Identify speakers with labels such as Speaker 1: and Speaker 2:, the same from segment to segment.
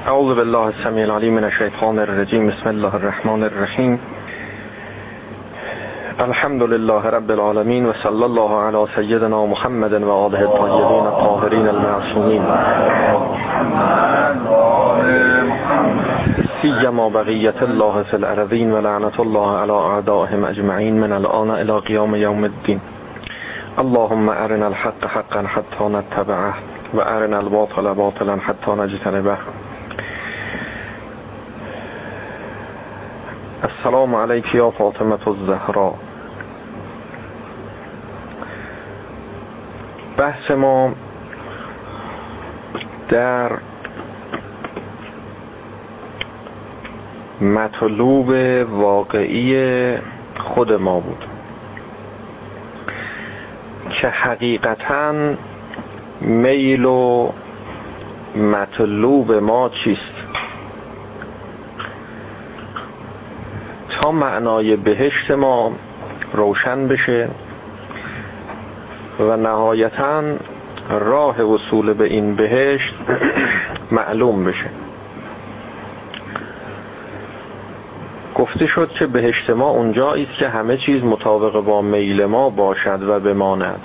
Speaker 1: اعوذ بالله السمیع العلیم من الشیطان الرجیم. بسم الله الرحمن الرحیم. الحمد لله رب العالمین و صلی الله علی سیدنا محمد و آله الطیبین الطاهرین المعصومین، سیما بقیة الله فی الارضین و لعنة الله علی اعدائهم اجمعین من الآن الی قیام یوم الدین. اللهم ارنا الحق حقا حتی نتبعه و ارنا الباطل باطلا حتی نجتنبه. السلام علیک یا فاطمة الزهرا. بحث ما در مطلوب واقعی خود ما بود که حقیقتاً میل و مطلوب ما چیست تا معنای بهشت ما روشن بشه و نهایتاً راه وصول به این بهشت معلوم بشه. گفته شد که بهشت ما اونجایی است که همه چیز مطابق با میل ما باشد و بماند.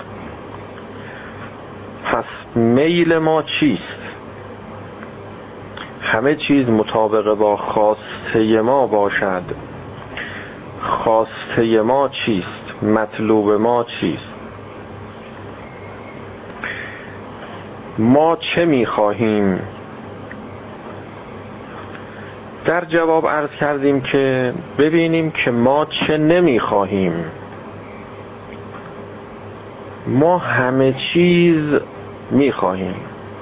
Speaker 1: پس میل ما چیست؟ همه چیز مطابق با خواسته ما باشد. خواسته ما چیست؟ مطلوب ما چیست؟ ما چه می‌خواهیم؟ در جواب عرض کردیم که ببینیم که ما چه نمی‌خواهیم. ما همه چیز می‌خواهیم.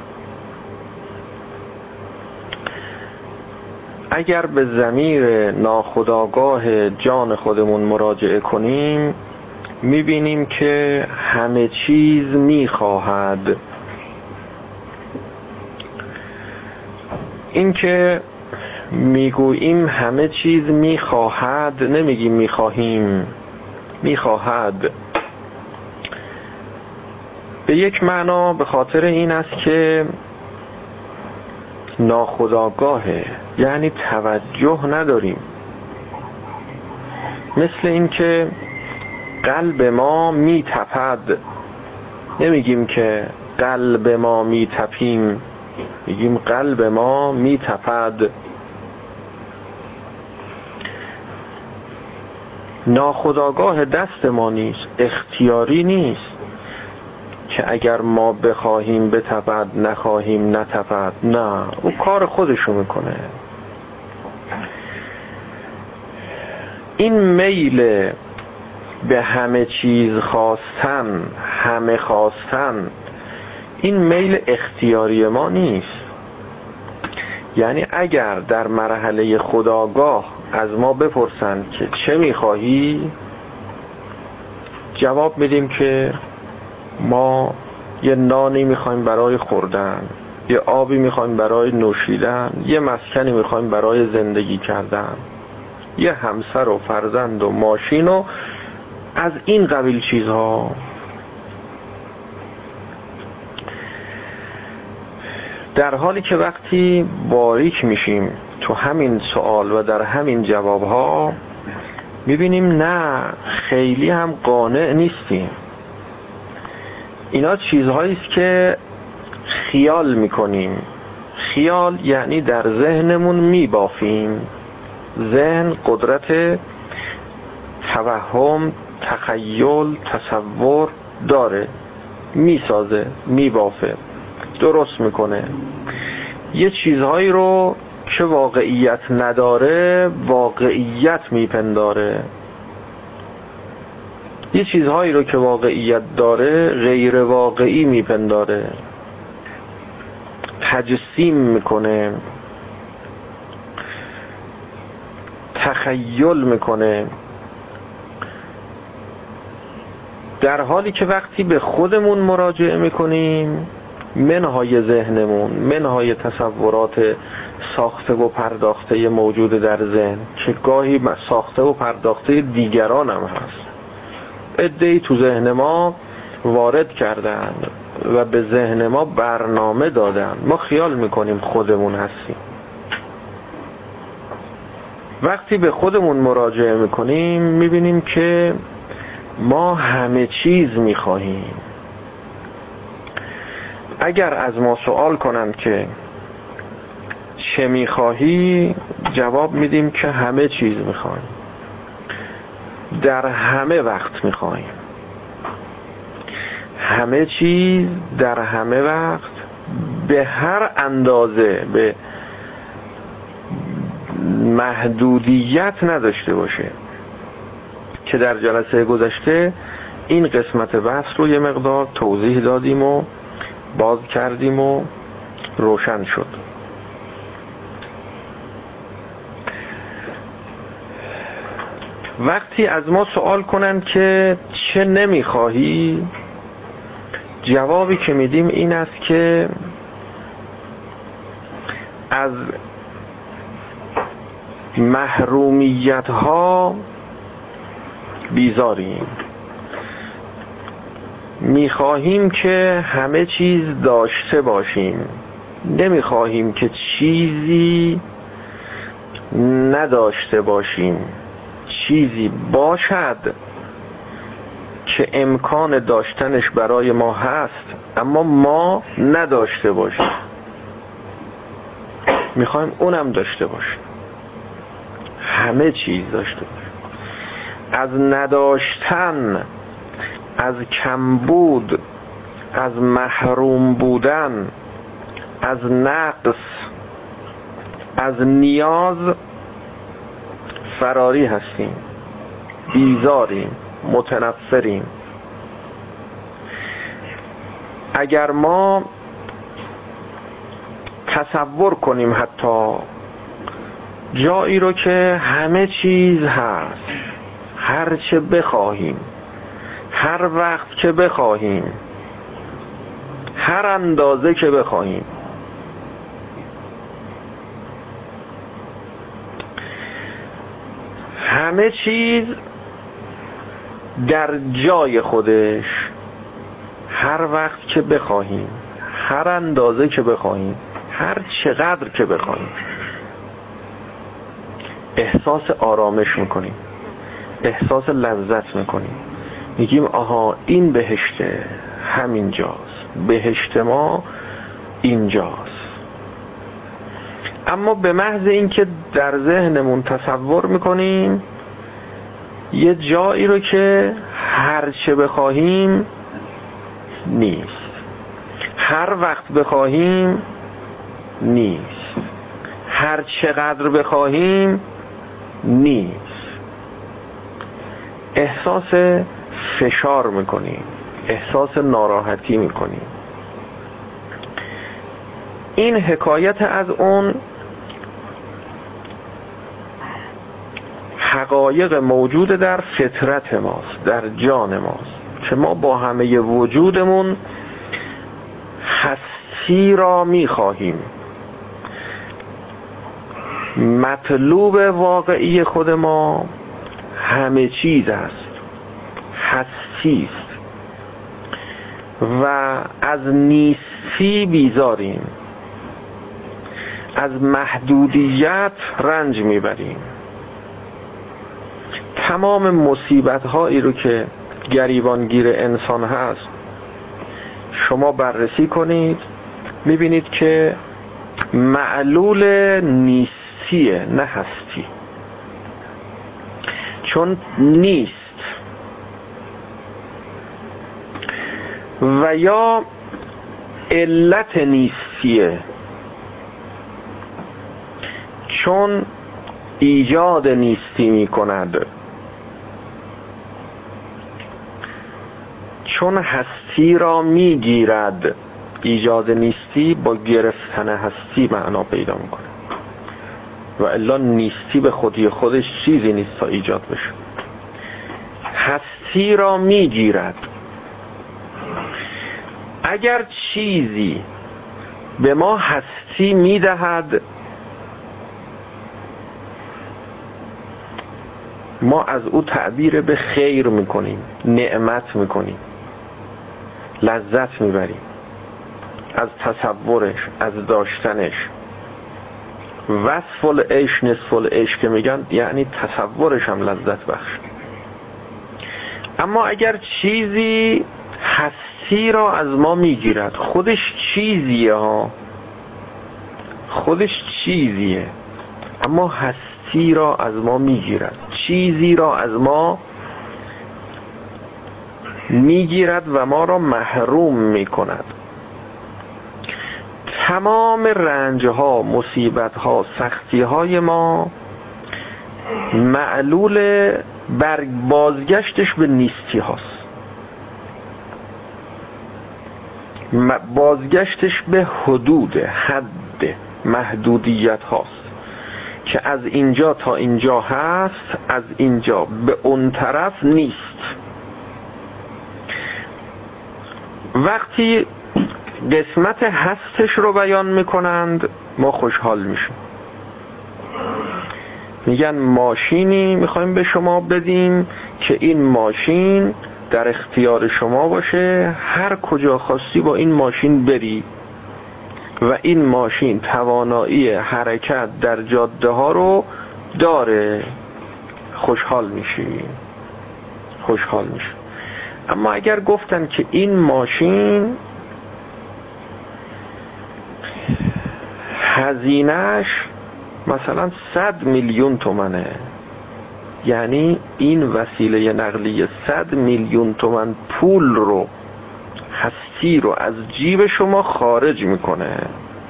Speaker 1: اگر به ضمیر ناخودآگاه جان خودمون مراجعه کنیم می‌بینیم که همه چیز می‌خواهد. این که میگوییم همه چیز میخواهد، نمیگیم میخواهیم، میخواهد. به یک معنا به خاطر این است که ناخودآگاهه، یعنی توجه نداریم. مثل این که قلب ما میتپد، نمیگیم که قلب ما میتپیم، میگیم قلب ما میتپد. ناخودآگاه دست ما نیست، اختیاری نیست که اگر ما بخواهیم بتپد، نخواهیم نتپد. نه، او کار خودشو میکنه. این میل به همه چیز خواستن، همه خواستن، این میل اختیاری ما نیست. یعنی اگر در مرحله خودآگاه از ما بپرسن که چه میخواهی، جواب میدیم که ما یه نانی میخوایم برای خوردن، یه آبی میخوایم برای نوشیدن، یه مسکنی میخوایم برای زندگی کردن، یه همسر و فرزند و ماشین و از این قبیل چیزها. در حالی که وقتی باریک میشیم تو همین سوال و در همین جوابها میبینیم نه، خیلی هم قانع نیستیم. اینا چیزهایی است که خیال میکنیم. خیال یعنی در ذهنمون میبافیم. ذهن قدرت توهم، تخیل، تصور داره، میسازه، میبافه، درست میکنه. یه چیزهایی رو که واقعیت نداره واقعیت میپنداره، یه چیزهایی رو که واقعیت داره غیر واقعی میپنداره، تجسیم میکنه، تخیل میکنه. در حالی که وقتی به خودمون مراجعه میکنیم، منهای ذهنمون، منهای تصورات ساخته و پرداخته موجود در ذهن که گاهی ساخته و پرداخته دیگران هم هست، عده‌ای تو ذهن ما وارد کردن و به ذهن ما برنامه دادن. ما خیال میکنیم خودمون هستیم. وقتی به خودمون مراجعه میکنیم میبینیم که ما همه چیز میخواهیم. اگر از ما سوال کنند که چه میخواهی، جواب میدیم که همه چیز میخواهیم، در همه وقت میخواهیم، همه چیز در همه وقت، به هر اندازه، به محدودیت نداشته باشه که در جلسه گذشته این قسمت بحث رو یه مقدار توضیح دادیم و باز کردیم و روشن شد. وقتی از ما سوال کنند که چه نمیخواهی، جوابی که میدیم این است که از محرومیت ها بیزاریم. میخواهیم که همه چیز داشته باشیم، نمیخواهیم که چیزی نداشته باشیم. چیزی باشد که امکان داشتنش برای ما هست اما ما نداشته باشیم، میخوایم اونم داشته باشیم، همه چیز داشته باشیم. از نداشتن، از کمبود، از محروم بودن، از نقص، از نیاز فراری هستیم، بیزاریم، متنفریم. اگر ما تصور کنیم حتی جایی رو که همه چیز هست، هر چه بخواهیم، هر وقت که بخواهیم، هر اندازه که بخواهیم، همه چیز در جای خودش، هر وقت که بخواهیم، هر اندازه که بخواهیم، هر چقدر که بخواهیم، احساس آرامش میکنیم، احساس لذت میکنیم، میگیم آها این بهشته، همینجاست، بهشت ما اینجاست. اما به محض اینکه در ذهنمون تصور میکنیم یه جایی رو که هر چه بخواهیم نیست، هر وقت بخواهیم نیست، هر چقدر بخواهیم نیست، احساس فشار میکنیم، احساس ناراحتی میکنیم. این حکایت از اون حقایق موجود در فطرت ماست، در جان ماست، که ما با همه وجودمون هستی را میخواهیم. مطلوب واقعی خود ما همه چیز است، هستی است و از نیستی بیزاریم، از محدودیت رنج میبریم. تمام مصیبت هایی رو که گریبانگیر انسان هست شما بررسی کنید، میبینید که معلول نیستیه، نه هستی. چون نیست و یا علت نیستیه، چون ایجاد نیستی می کند، چون هستی را می گیرد. ایجاد نیستی با گرفتن هستی معنا پیدا میکنه و الا نیستی به خودی خودش چیزی نیست تا ایجاد بشه. هستی را می گیرد. اگر چیزی به ما هستی می دهد ما از او تعبیر به خیر میکنیم، نعمت میکنیم، لذت میبریم از تصورش، از داشتنش. وصف العیش نصف العیش که میگن یعنی تصورش هم لذت بخش. اما اگر چیزی هستی را از ما میگیرد، خودش چیزیه ها، خودش چیزیه، اما هستی را از ما میگیرد، چیزی را از ما میگیرد و ما را محروم میکند. تمام رنجها، مصیبتها، سختیهای ما معلول بازگشتش به نیستی هاست، بازگشتش به حدود، حد، محدودیت هاست که از اینجا تا اینجا هست، از اینجا به اون طرف نیست. وقتی قسمت هستش رو بیان میکنند ما خوشحال میشیم، میگن ماشینی میخوایم به شما بدیم که این ماشین در اختیار شما باشه، هر کجا خواستی با این ماشین بری و این ماشین توانایی حرکت در جاده ها رو داره. خوشحال میشی، خوشحال میشی. اما اگر گفتن که این ماشین هزینهش مثلا 100 میلیون تومنه، یعنی این وسیله نقلیه 100 میلیون تومن پول رو، هستی رو از جیب شما خارج میکنه،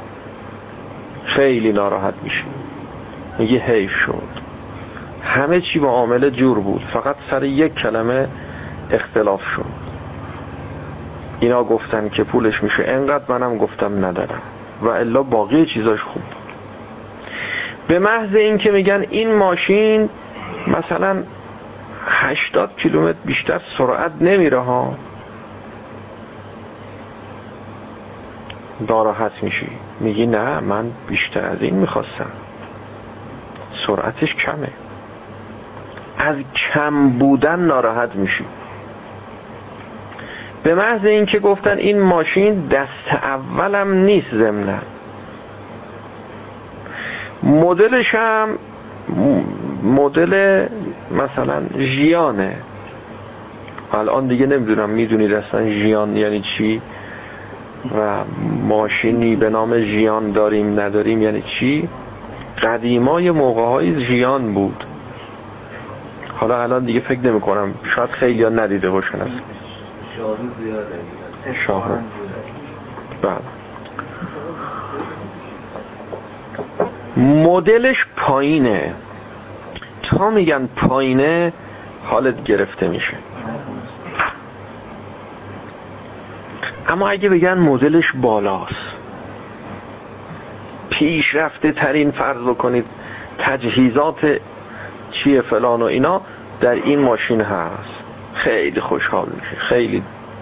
Speaker 1: خیلی ناراحت میشه، میگه حیف شد، همه چی با عامل جور بود، فقط سر یک کلمه اختلاف شد. اینا گفتن که پولش میشه انقدر، منم گفتم ندارم، و الا باقی چیزاش خوب بود. به محض این که میگن این ماشین مثلا 80 کیلومتر بیشتر سرعت نمیره ها، ناراحت میشی، میگی نه من بیشتر از این میخواستم، سرعتش کمه. از کم بودن ناراحت میشی. به محض این که گفتن این ماشین دست اولم نیست، ضمناً مدلش هم مدل مثلا ژیانه، الان دیگه نمیدونم میدونید اصلا ژیان یعنی چی و ماشینی به نام ژیان داریم نداریم یعنی چی. قدیمای موقع‌های ژیان بود، حالا الان دیگه فکر نمی کنم، شاید خیلی ها ندیده باشن اصلا. شاهرو بله. مدلش پایینه، تا میگن پایینه حالت گرفته میشه. اما اگه بگن مدلش بالاست، پیشرفته ترین، فرض کنید تجهیزات چیه فلان و اینا در این ماشین هست، خیلی خوشحال میشه. خیلی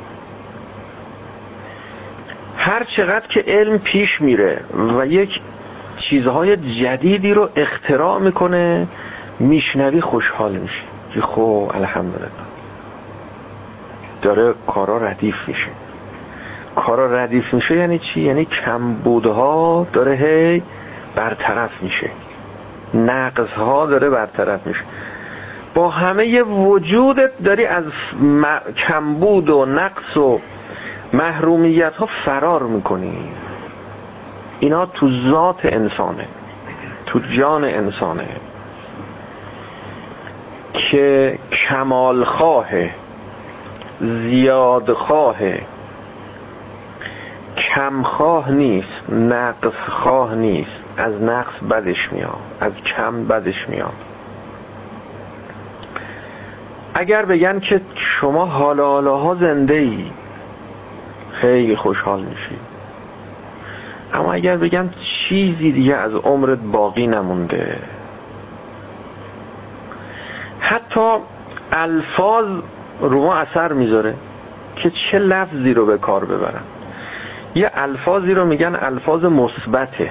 Speaker 1: هر چقدر که علم پیش میره و یک چیزهای جدیدی رو اختراع میکنه، میشنوی خوشحال میشه که خب الحمدلله داره کارا ردیف میشه. کارا ردیف میشه یعنی چی؟ یعنی کمبودها داره هی برطرف میشه، نقصها داره برطرف میشه. با همه وجودت داری از کمبود و نقص و محرومیت ها فرار میکنی. اینا تو ذات انسانه، تو جان انسانه که کمال خواهه، زیاد خواهه، کم خواه نیست، نقص خواه نیست. از نقص بدش میاد، از کم بدش میاد. اگر بگن که شما حالا زنده ای، خیلی خوشحال میشی. اما اگر بگن چیزی دیگه از عمرت باقی نمونده، حتی الفاظ رو ما اثر میذاره که چه لفظی رو به کار ببرن. یه الفاظی رو میگن الفاظ مثبته،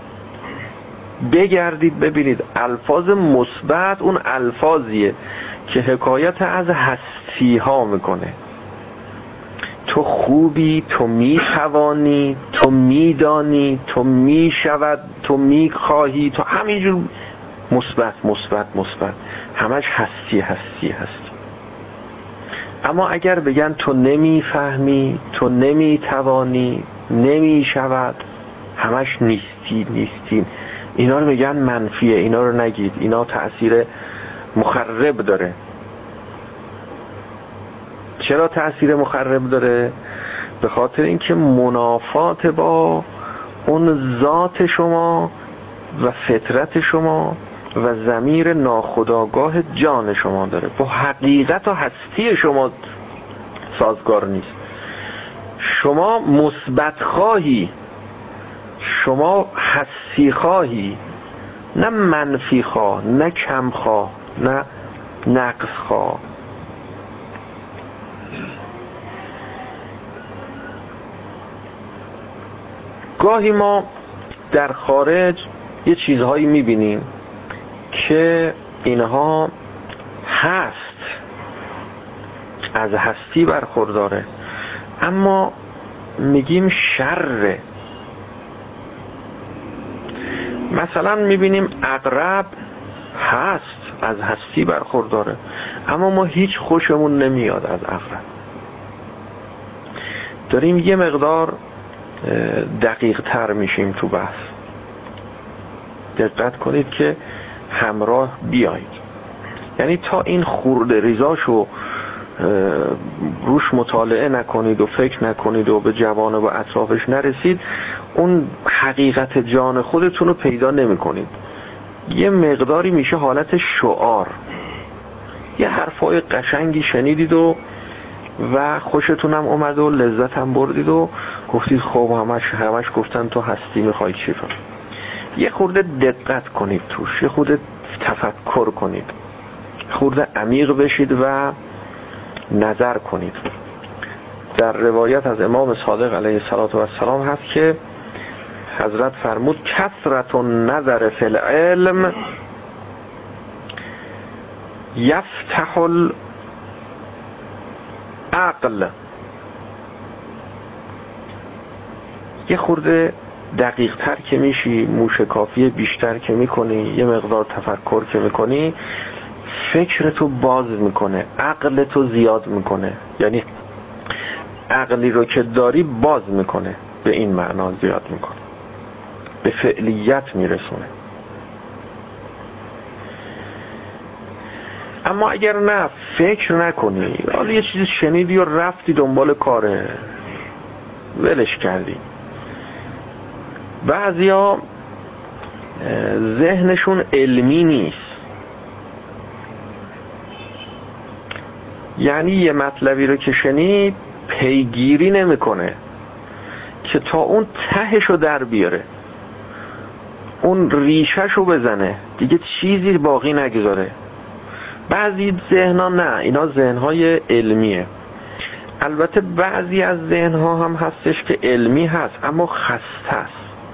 Speaker 1: بگردید ببینید الفاظ مثبت اون الفاظیه که حکایت از هستی ها میکنه. تو خوبی، تو میتوانی، تو میدانی، تو میشود، تو میخواهی، تو همینجور مثبت مثبت مثبت، همش هستی هستی هستی. اما اگر بگن تو نمیفهمی، تو نمیتوانی، نمیشود، همش نیستی نیستی، اینا رو بگن منفیه، اینا رو نگید، اینا تأثیر مخرب داره. چرا تأثیر مخرب داره؟ به خاطر اینکه منافات با اون ذات شما و فطرت شما و ضمیر ناخودآگاه جان شما داره، با حقیقت و هستی شما سازگار نیست. شما مثبت خواهی، شما هستی خواهی، نه منفی خواه، نه کم خواه، نه نقص خواه. گاهی ما در خارج یه چیزهایی میبینیم که اینها هست، از هستی برخورداره، اما میگیم شره. مثلا میبینیم عقرب هست، از هستی برخورداره، اما ما هیچ خوشمون نمیاد از عقرب. داریم یه مقدار دقیق تر میشیم تو بحث. دقت کنید که همراه بیایید، یعنی تا این خورده ریزاشو روش مطالعه نکنید و فکر نکنید و به جوانب و اطرافش نرسید، اون حقیقت جان خودتون رو پیدا نمی کنید. یه مقداری میشه حالت شعار، یه حرفای قشنگی شنیدید و خوشتونم اومد و لذت هم بردید و گفتید خب همش گفتن تو هستی، میخوای چی رو. یه خورده دقت کنید توش، یه خورده تفکر کنید، خورده عمیق بشید و نظر کنید. در روایت از امام صادق علیه السلام هست که حضرت فرمود کثرت النظر فی العلم یفتح العقل. یه خورده دقیق تر که میشی، موشکافی بیشتر که میکنی، یه مقدار تفکر که میکنی، فکرتو باز میکنه، عقلتو زیاد میکنه، یعنی عقلی رو که داری باز میکنه، به این معنا زیاد میکنه، به فعلیت میرسونه. اما اگر نه فکر نکنی، حالا یه چیزی شنیدی و رفتی دنبال کاره، ولش کردی. بعضیا ذهنشون علمی نیست، یعنی یه مطلبی رو که شنید پیگیری نمیکنه که تا اون تهشو در بیاره، اون ریشهشو بزنه، دیگه چیزی باقی نگذاره. بعضی ذهنها نه، اینا ذهنهای علمیه. البته بعضی از ذهنها هم هستش که علمی هست اما خسته است،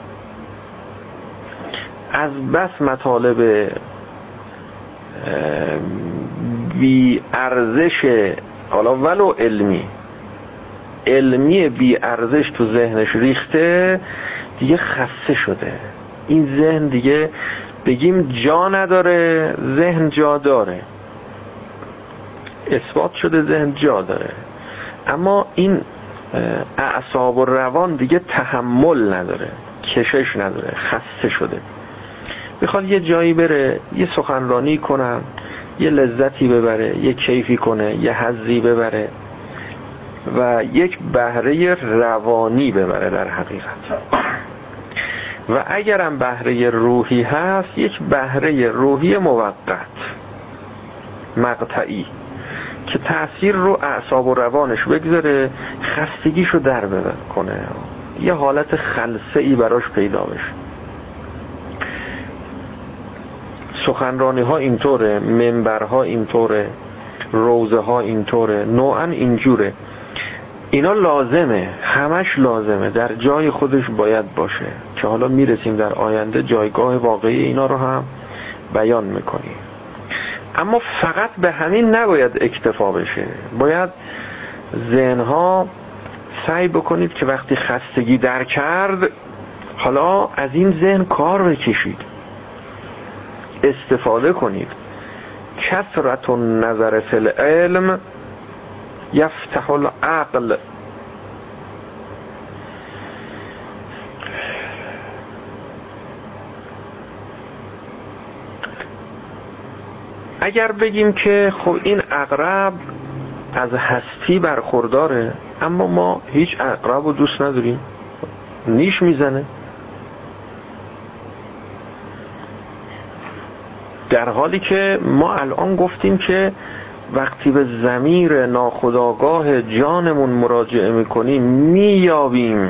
Speaker 1: از بس مطالب بی ارزش، حالا ولو علمی بی ارزش تو ذهنش ریخته، دیگه خسته شده. این ذهن دیگه بگیم جا نداره، ذهن جا داره، اثبات شده ذهن جا داره، اما این اعصاب و روان دیگه تحمل نداره، کشش نداره، خسته شده. میخواد یه جایی بره، یه سخنرانی کنن، یه لذتی ببره، یه کیفی کنه، یه حظی ببره و یک بهره روانی ببره در حقیقت. و اگرم بهره روحی هست، یک بهره روحی موقت، مقطعی، که تأثیر رو اعصاب و روانش بگذاره، خستگیشو در کنه، یه حالت خلسه‌ای براش پیدا بشه. سخنرانی ها اینطوره، منبرها اینطوره، روزه ها اینطوره، نوعا اینجوره. اینا لازمه، همش لازمه، در جای خودش باید باشه، که حالا میرسیم در آینده جایگاه واقعی اینا رو هم بیان میکنیم. اما فقط به همین نباید اکتفا بشه، باید ذهنها سعی بکنید که وقتی خستگی در کرد حالا از این ذهن کار بکشید، استفاده کنید. کثرت النظر فی العلم یفتح العقل. اگر بگیم که خب این عقرب از هستی برخورداره، اما ما هیچ عقرب رو دوست نداریم، نیش میزنه، در حالی که ما الان گفتیم که وقتی به ضمیر ناخودآگاه جانمون مراجعه میکنیم مییابیم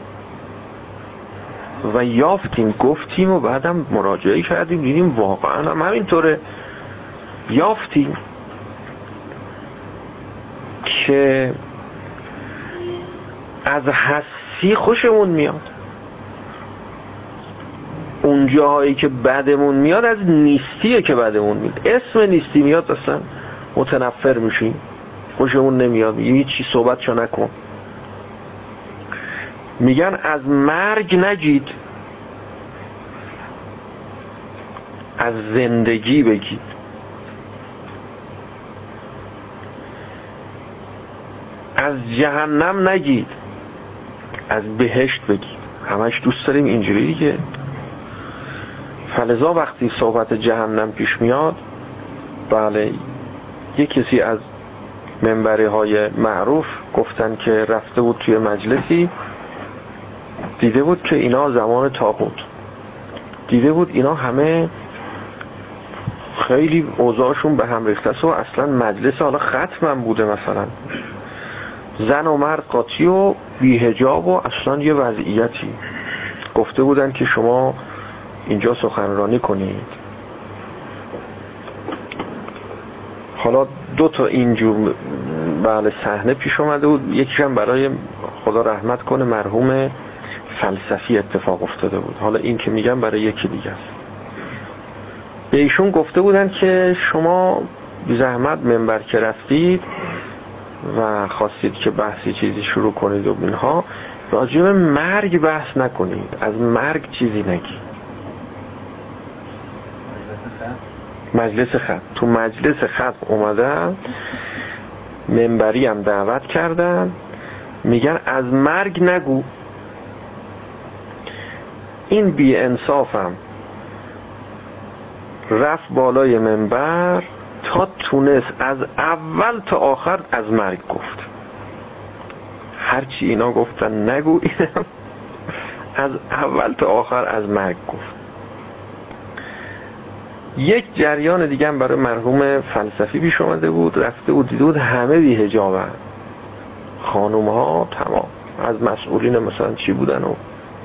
Speaker 1: و یافتیم، گفتیم و بعدم مراجعه کردیم دیدیم واقعا هم همینطوره، یافتیم که از هستی خوشمون میاد، اون جاهایی که بدمون میاد از نیستیه که بدمون میاد. اسم نیستی میاد اصلا متنفر میشیم، خوشمون نمیاد، هیچ چی صحبتشو نکن. میگن از مرگ نگید، از زندگی بگید. از جهنم نگید، از بهشت بگید. همش دوست داریم اینجوری دیگه. فلذا وقتی صحبت جهنم پیش میاد، بله، یک کسی از منبری های معروف گفتن که رفته بود توی مجلسی، دیده بود که اینا زمان طاغوت، دیده بود اینا همه خیلی اوضاعشون به هم ریخته است و اصلا مجلس حالا ختم بوده، مثلا زن و مرد قاطی و بی حجاب و اصلا یه وضعیتی. گفته بودن که شما اینجا سخنرانی کنید. حالا دو تا اینجور بله صحنه پیش اومده بود. یکیشم برای خدا رحمت کنه مرحوم فلسفی اتفاق افتاده بود. حالا این که میگم برای یکی دیگه است. به ایشون گفته بودن که شما بی زحمت منبر که رفتید و خواستید که بحثی چیزی شروع کنید و اینها، راجع به مرگ بحث نکنید، از مرگ چیزی نگید. مجلس ختم، تو مجلس ختم اومدن، منبری هم دعوت کردن، میگن از مرگ نگو. این بی انصافم رفت بالای منبر تا تونست از اول تا آخر از مرگ گفت. هرچی اینا گفتن نگو، اینم از اول تا آخر از مرگ گفت. یک جریان دیگه هم برای مرحوم فلسفی پیش اومده بود، رفته بود دیده بود همه بی حجابن، خانوم ها تمام، از مسئولین مثلا چی بودن و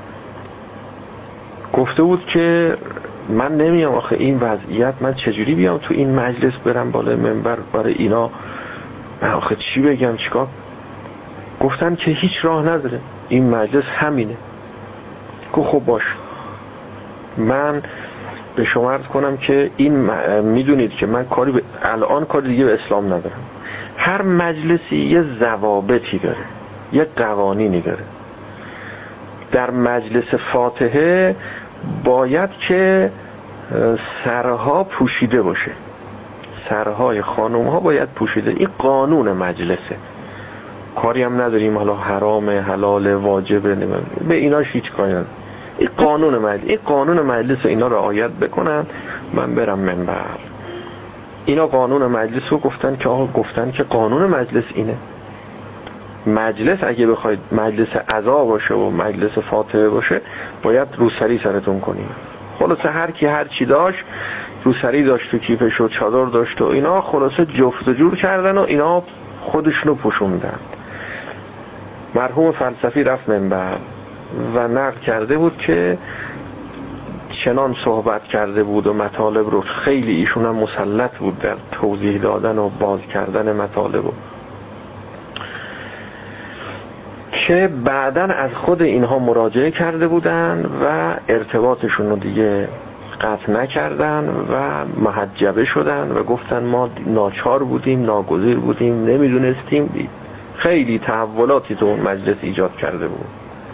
Speaker 1: گفته بود که من نمیام آخه این وضعیت، من چجوری بیام تو این مجلس برم بالای منبر برای اینا، من آخه چی بگم چیکار. گفتن که هیچ راه نداره، این مجلس همینه. گفت خب باش، من به شما عرض کنم که این میدونید که من الان کاری دیگه به اسلام ندارم. هر مجلسی یه ضوابطی داره، یه قوانینی داره. در مجلس فاتحه باید که سرها پوشیده باشه، سرهای خانوم ها باید پوشیده. این قانون مجلسه، کاری هم نداریم حالا حرام حلال واجبه به ایناش هیچ کاری نداریم. این قانون مجلس، این قانون مجلس اینا رعایت بکنن من برم منبر. اینا قانون مجلس رو گفتن که آقا گفتن که قانون مجلس اینه. مجلس اگه بخواید مجلس عزا باشه و مجلس فاتحه باشه باید روسری سرتون کنیم. خلاصه هر کی هر چی داشت، روسری داشت و کیفش و چادر داشت و اینا، خلاصه جفت و جور کردن و اینا خودشونو پوشوندن. مرحوم فلسفی رفت منبر و نقل کرده بود که چنان صحبت کرده بود و مطالب رو خیلی ایشون هم مسلط بود در توضیح دادن و باز کردن مطالب و که بعداً از خود اینها مراجعه کرده بودن و ارتباطشون رو دیگه قطع نکردن و محجبه شدن و گفتن ما ناچار بودیم، ناگزیر بودیم، نمیدونستیم. خیلی تحولاتی تو اون مجلس ایجاد کرده بود.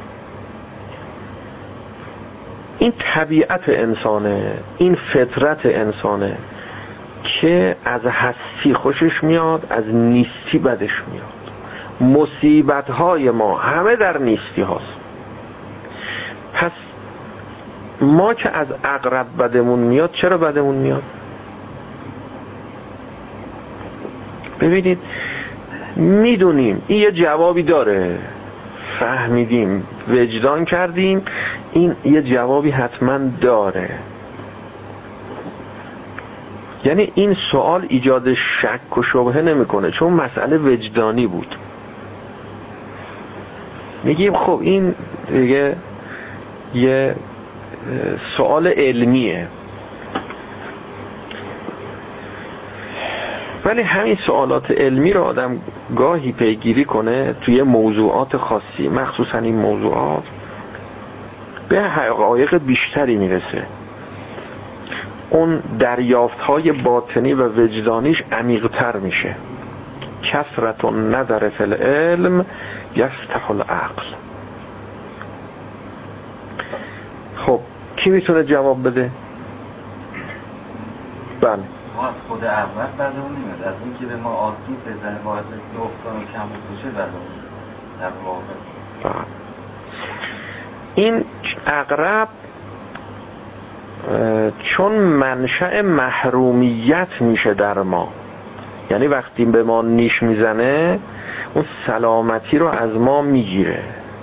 Speaker 1: این طبیعت انسانه، این فطرت انسانه که از هستی خوشش میاد، از نیستی بدش میاد. مصیبت‌های ما همه در نیستی هاست. پس ما که از عقرب بدمون میاد، چرا بدمون میاد؟ ببینید میدونیم این یه جوابی داره، فهمیدیم، وجدان کردیم، این یه جوابی حتما داره. یعنی این سوال ایجاد شک و شبهه نمیکنه، چون مسئله وجدانی بود. میگیم خب این دیگه یه سوال علمیه، ولی همین سوالات علمی رو آدم گاهی پیگیری کنه توی موضوعات خاصی، مخصوصا این موضوعات، به حقایق بیشتری میرسه. اون دریافت‌های باطنی و وجدانیش عمیق‌تر میشه. کثرت النظر فی العلم یفتح العقل. خب کی میتونه جواب بده؟ بله.
Speaker 2: ما از خود اول بدمون نمیاد، از این که به ما آسیب بزنه باعث نقصان و کمبود بشه بدمون در واقع.
Speaker 1: این عقرب چون منشأ محرومیت میشه در ما، یعنی وقتی به ما نیش میزنه اون سلامتی رو از ما میگیره.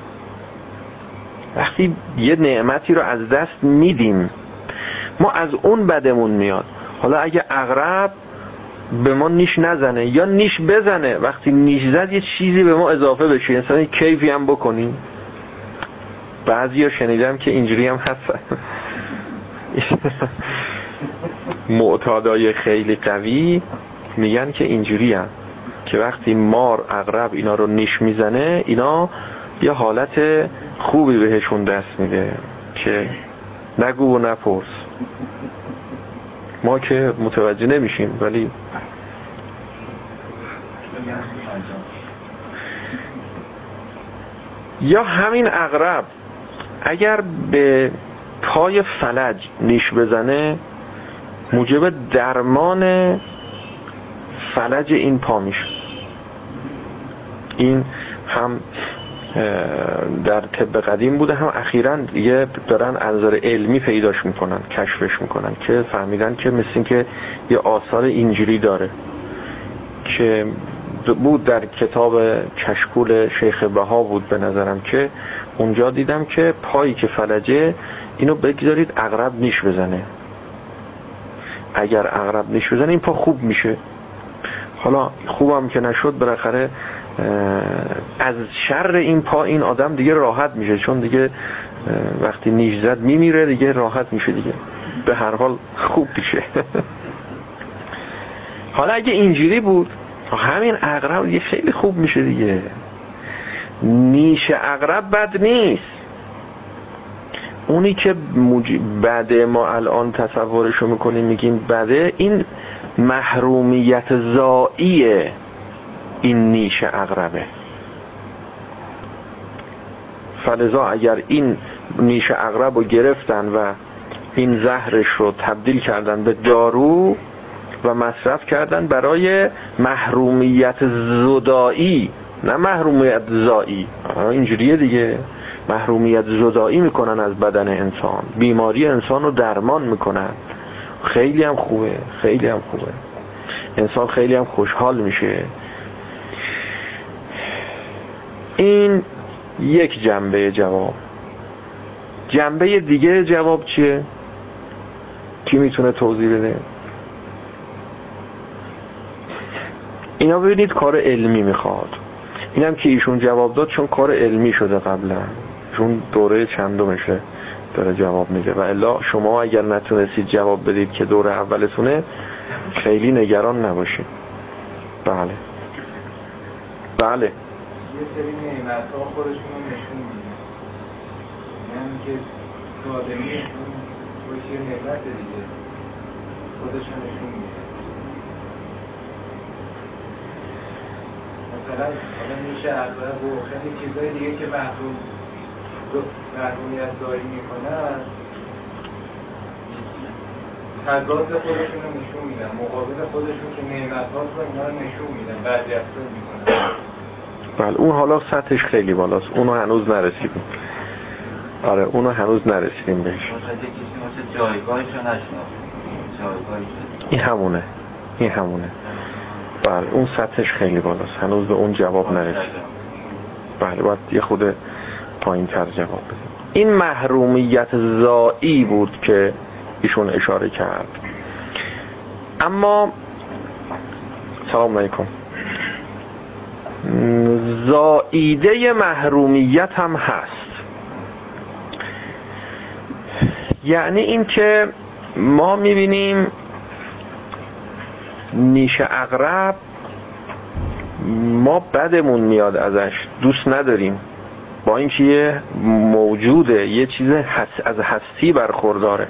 Speaker 1: وقتی یه نعمتی رو از دست میدیم ما از اون بدمون میاد. حالا اگه عقرب به ما نیش نزنه یا نیش بزنه، وقتی نیش زد یه چیزی به ما اضافه بشه، مثلا کیفی هم بکنیم. بعضیا شنیدم که اینجوری هم هست معتادای خیلی قوی میگن که اینجوری هم که وقتی مار، عقرب اینا رو نیش میزنه، اینا یه حالت خوبی بهشون دست میده که نگو و نپرس. ما که متوجه نمیشیم، ولی یا همین عقرب اگر به پای فلج نیش بزنه موجب درمان فلج این پا میشه. این هم در طب قدیم بوده، هم اخیراً دیگه دارن انظار علمی پیداش میکنن، کشفش میکنن که فهمیدن که مثل این که یه آثار اینجوری داره که بود در کتاب کشکول شیخ بها بود به نظرم، که اونجا دیدم که پایی که فلجه اینو بگذارید عقرب نیش بزنه، اگر عقرب نیش بزنه این پا خوب میشه. حالا خوبم که نشد، بالاخره از شر این پا این آدم دیگه راحت میشه، چون دیگه وقتی نیش زد میمیره دیگه، راحت میشه دیگه، به هر حال خوب میشه. حالا اگه اینجوری بود همین عقرب دیگه خیلی خوب میشه دیگه. نیش عقرب بد نیست، اونی که بده ما الان تصورشو میکنیم میگیم بده، این محرومیت زائیه. این نیش عقربه. فلذا اگر این نیش عقرب رو گرفتن و این زهرش رو تبدیل کردن به دارو و مصرف کردن برای محرومیت زدایی، نه محرومیت زایی، اینجوریه دیگه، محرومیت زدایی میکنن از بدن انسان، بیماری انسان رو درمان میکنن. خیلی هم خوبه، خیلی هم خوبه، انسان خیلی هم خوشحال میشه. این یک جنبه جواب. جنبه دیگه جواب چیه؟ کی میتونه توضیح بده؟ اینا ببینید کار علمی میخواد. اینم که ایشون جواب داد چون کار علمی شده قبلا، چون دوره چندمشه داره جواب میده، و الا شما اگر نتونستید جواب بدید که دوره اولتونه خیلی نگران نباشید. بله بله.
Speaker 2: یه سری نعمت‌ها خودشون رو نشون میده، یعنی که تو آدمی خودش یه نعمت دیگه خودش رو نشون میده. مثلا میشه اغلب و خیلی چیزای دیگه که محرومیت داری میکنن تضاد خودشون رو نشون میدن، مقابل خودشون که نعمت هاست رو اینا رو نشون میدن، بعضی افراد میکنن.
Speaker 1: بله اون حالا سطحش خیلی بالاست، اونو هنوز نرسیدیم. آره اونو هنوز نرسیدیم بهش.
Speaker 3: مثلا جایگاهش رو نشناختیم.
Speaker 1: این همونه. بله اون سطحش خیلی بالاست، هنوز به اون جواب نرسید. بله باید یه خود پایین تر جواب بدیم. این محرومیت زائی بود که ایشون اشاره کرد. اما سلام علیکم، زائیده محرومیت هم هست. یعنی این که ما میبینیم نیش عقرب ما بدمون میاد ازش، دوست نداریم، با اینکه یه موجوده، یه چیز از هستی برخورداره.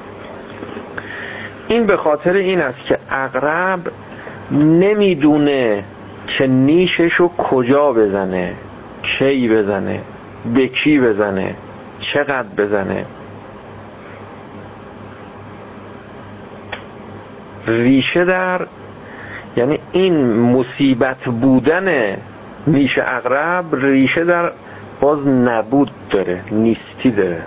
Speaker 1: این به خاطر این است که عقرب نمیدونه که نیششو کجا بزنه، کی بزنه، به کی بزنه، چقدر بزنه. ریشه در، یعنی این مصیبت بودن نیش عقرب ریشه در باز نبود داره، نیستی داره.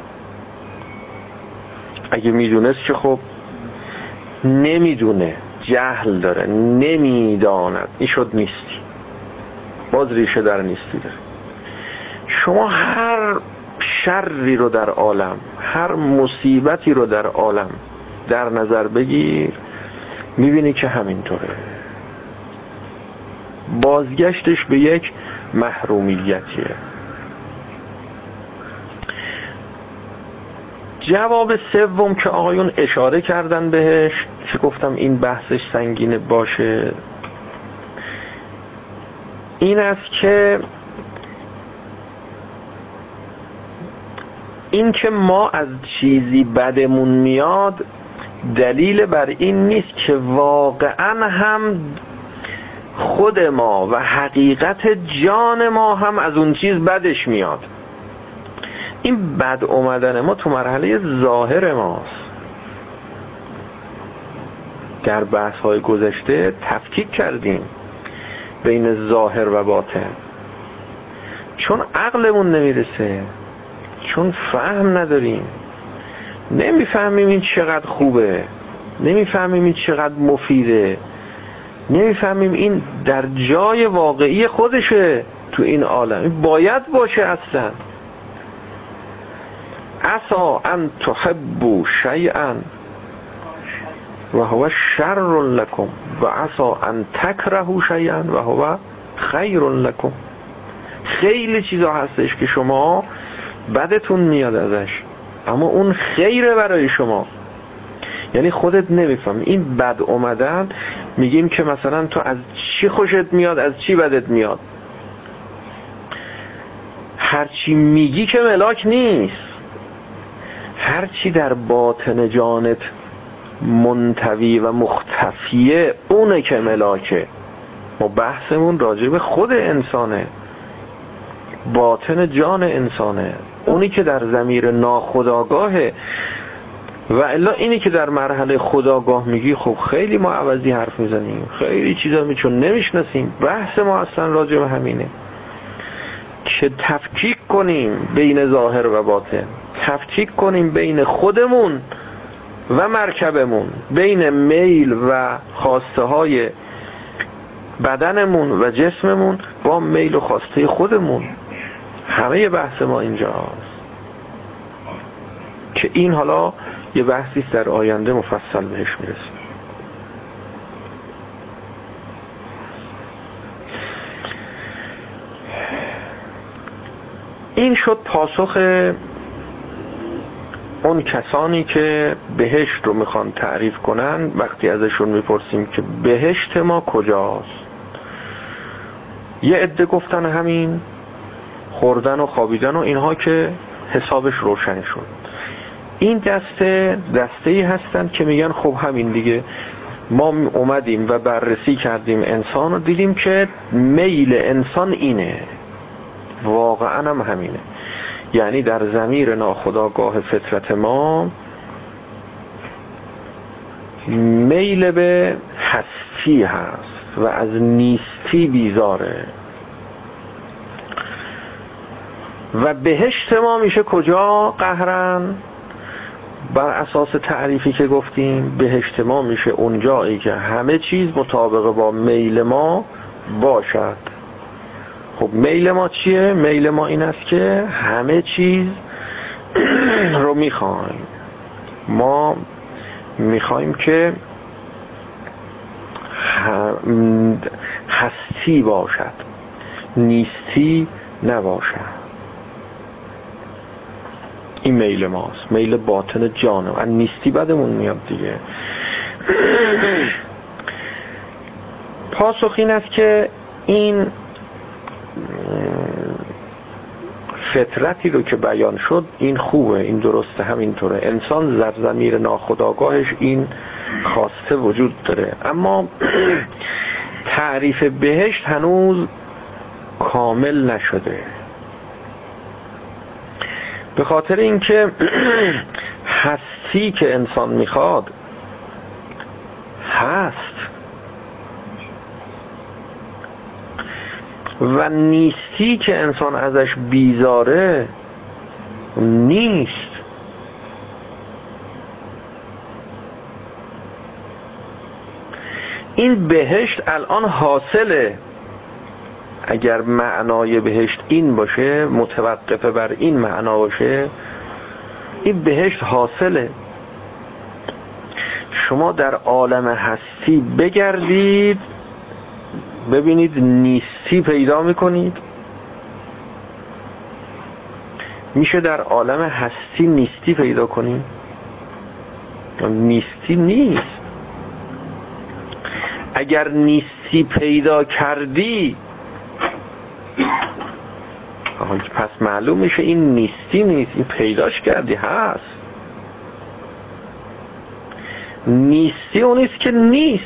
Speaker 1: اگه میدونست که خب نمیدونه، جهل داره، نمیداند، این شد نیستی، باز ریشه در نیستی داره. شما هر شری رو در عالم، هر مصیبتی رو در عالم در نظر بگیر، میبینی که همینطوره، بازگشتش به یک محرومیتیه. جواب سوم که آقایون اشاره کردن بهش، که گفتم این بحثش سنگینه باشه، این است که این که ما از چیزی بدمون میاد دلیل بر این نیست که واقعا هم خود ما و حقیقت جان ما هم از اون چیز بدش میاد. این بد اومدن ما تو مرحله ظاهر ماست. در بحث‌های گذشته تفکیک کردیم بین ظاهر و باطن، چون عقلمون نمیرسه، چون فهم نداریم، نمیفهمیم این چقدر خوبه، نمیفهمیم این چقدر مفیده، نمیفهمیم این در جای واقعی خودشه تو این عالم، این باید باشه اصلا. عسا ان تحبوا شیئا و هو شر لکم و عسا ان تکرهوا شیئا و هو خیر لکم. خیلی چیزا هستش که شما بدتون میاد ازش، اما اون خیره برای شما. یعنی خودت نمیفهم این بد اومدن. میگیم که مثلا تو از چی خوشت میاد، از چی بدت میاد. هرچی میگی که ملاک نیست، هرچی در باطن جانت منطوی و مختفیه اونه که ملاکه. ما بحثمون راجع به خود انسانه، باطن جان انسانه، اونی که در ضمیر ناخودآگاهه. و الا اینی که در مرحله خودآگاه میگی خب خیلی ما عوضی حرف میزنیم، خیلی چیزا چون نمیشناسیم. بحث ما اصلا راجع به همینه که تفکیک کنیم بین ظاهر و باطن، تفکیک کنیم بین خودمون و مرکبمون، بین میل و خواسته های بدنمون و جسممون با میل و خواسته خودمون. همه بحث ما اینجاست که این حالا یه بحثی در آینده مفصل بهش میرسیم. این شد پاسخ اون کسانی که بهشت رو میخوان تعریف کنن. وقتی ازشون میپرسیم که بهشت ما کجاست، یه عده گفتن همین خوردن و خوابیدن و اینها که حسابش روشن شد. این دسته ای هستن که میگن خب همین دیگه، ما اومدیم و بررسی کردیم انسان و دیدیم که میل انسان اینه، واقعا هم همینه. یعنی در ضمیر ناخودآگاه فطرت ما میل به هستی هست و از نیستی بیزاره. و بهشت ما میشه کجا قهرن؟ بر اساس تعریفی که گفتیم بهشت ما میشه اون جایی که همه چیز مطابق با میل ما باشد. خب میل ما چیه؟ میل ما این است که همه چیز رو میخوایم. ما میخوایم که هستی باشد، نیستی نباشد. این میل ماست، میل باطن جانم. از نیستی بدمون میاد دیگه. پاسخ این است که این فطرتی رو که بیان شد این خوبه، این درسته، همینطوره. انسان در ضمیر ناخودآگاهش این خواسته وجود داره، اما تعریف بهشت هنوز کامل نشده، به خاطر اینکه هستی که انسان میخواد هست و نیستی که انسان ازش بیزاره نیست. این بهشت الان حاصله. اگر معنای بهشت این باشه، متوقفه بر این معنا باشه، این بهشت حاصله. شما در عالم هستی بگردید ببینید نیستی پیدا میکنید. میشه در عالم هستی نیستی پیدا کنید؟ نیستی نیست. اگر نیستی پیدا کردی پس معلوم میشه این نیستی نیست، این پیداش کردی هست. نیستی اونیست که نیست.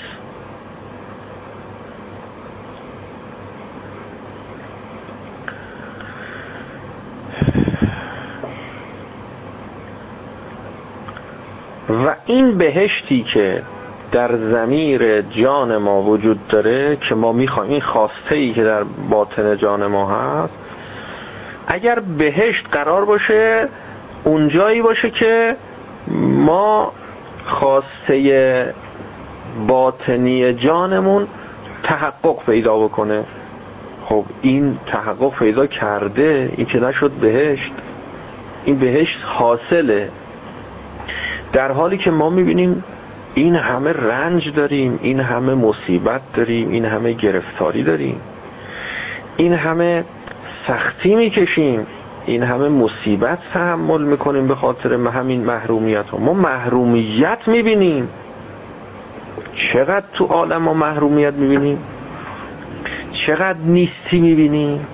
Speaker 1: و این بهشتی که در ضمیر جان ما وجود داره که ما میخوایم، این خواسته‌ای که در باطن جان ما هست، اگر بهشت قرار باشه اونجایی باشه که ما خواسته باطنی جانمون تحقق پیدا بکنه، خب این تحقق پیدا کرده، این که نشد بهشت. این بهشت حاصله. در حالی که ما میبینیم این همه رنج داریم، این همه مصیبت داریم، این همه گرفتاری داریم، این همه سختی میکشیم، این همه مصیبت تحمل میکنیم به خاطر همین محرومیت ها. ما محرومیت میبینیم. چقدر تو عالم ما محرومیت میبینیم، چقدر نیستی میبینیم.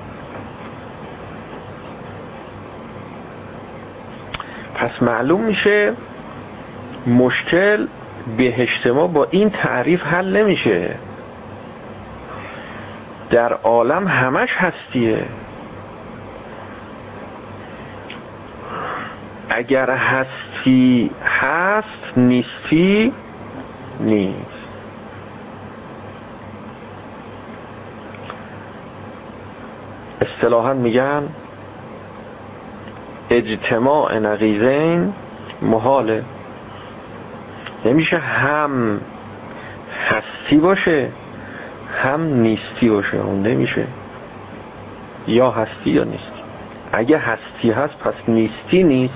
Speaker 1: پس معلوم میشه مشکل بهشت ما با این تعریف حل نمیشه. در عالم همش هستیه. اگر هستی هست نیستی نیست. اصطلاحاً میگن اجتماع نقیضین محاله. نمیشه هم هستی باشه هم نیستی باشه، اون نمیشه. یا هستی یا نیستی. اگه هستی هست پس نیستی نیست.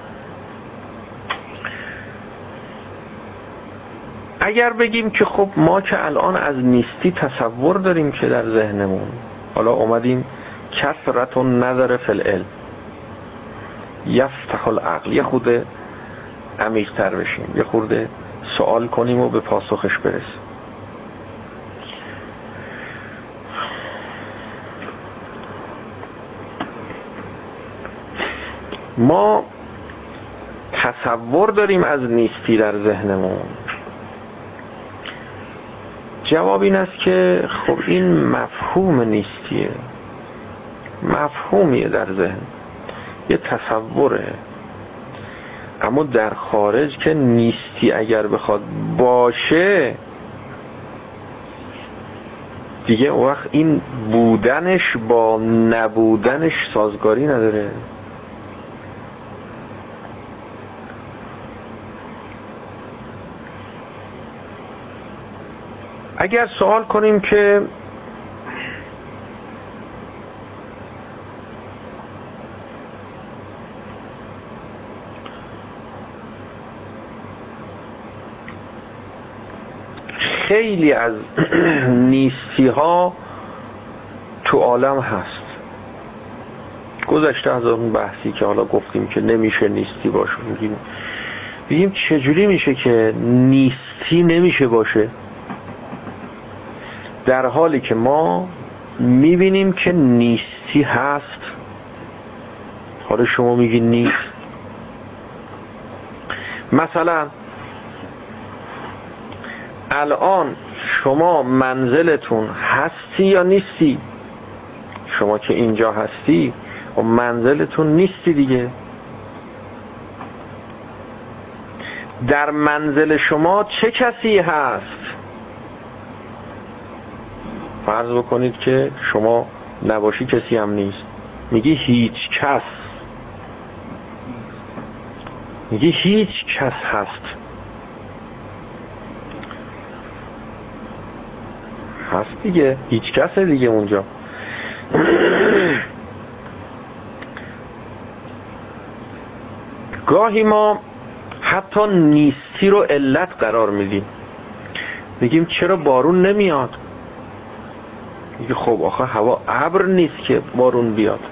Speaker 1: اگر بگیم که خب ما که الان از نیستی تصور داریم که در ذهنمون، حالا اومدیم کثرت النظر فی العلم یفتح العقل، یه خورده عمیق تر بشیم، یه خورده سوال کنیم و به پاسخش برسیم. ما تصور داریم از نیستی در ذهنمون، جواب این است که خب این مفهوم نیستیه، مفهومیه در ذهن، یه تصوره، اما در خارج که نیستی اگر بخواد باشه دیگه اون وقت این بودنش با نبودنش سازگاری نداره. اگر سوال کنیم که خیلی از نیستی ها تو عالم هست، گذشته از اون بحثی که حالا گفتیم که نمیشه نیستی باشه، بگیم چجوری میشه که نیستی نمیشه باشه در حالی که ما میبینیم که نیستی هست؟ حالا شما میگی نیست. مثلا الان شما منزلتون هستی یا نیستی؟ شما که اینجا هستی و منزلتون نیستی دیگه. در منزل شما چه کسی هست؟ فرض بکنید که شما نباشی کسی هم نیست، میگی هیچ کس، میگی هیچ کس هست. هست دیگه، هیچ کسه دیگه اونجا. گاهی ما حتی نیستی رو علت قرار میدیم، میگیم چرا بارون نمیاد؟ میگه خب آخه هوا ابر نیست که بارون بیاد.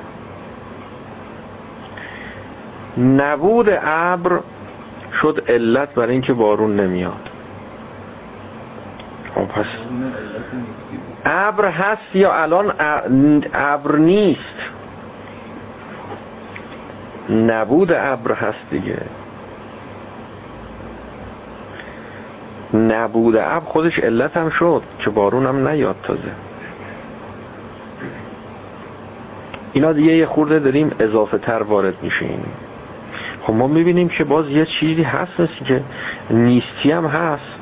Speaker 1: نبود ابر شد علت برای اینکه بارون نمیاد. پس ابر هست یا الان ابر نیست؟ نبود ابر هست دیگه. نبود ابر خودش علت هم شد که بارون هم نیاد تازه. اینا دیگه یه خورده داریم اضافه تر وارد میشیم. خب ما میبینیم که باز یه چیزی هست مثل که نیستی هم هست.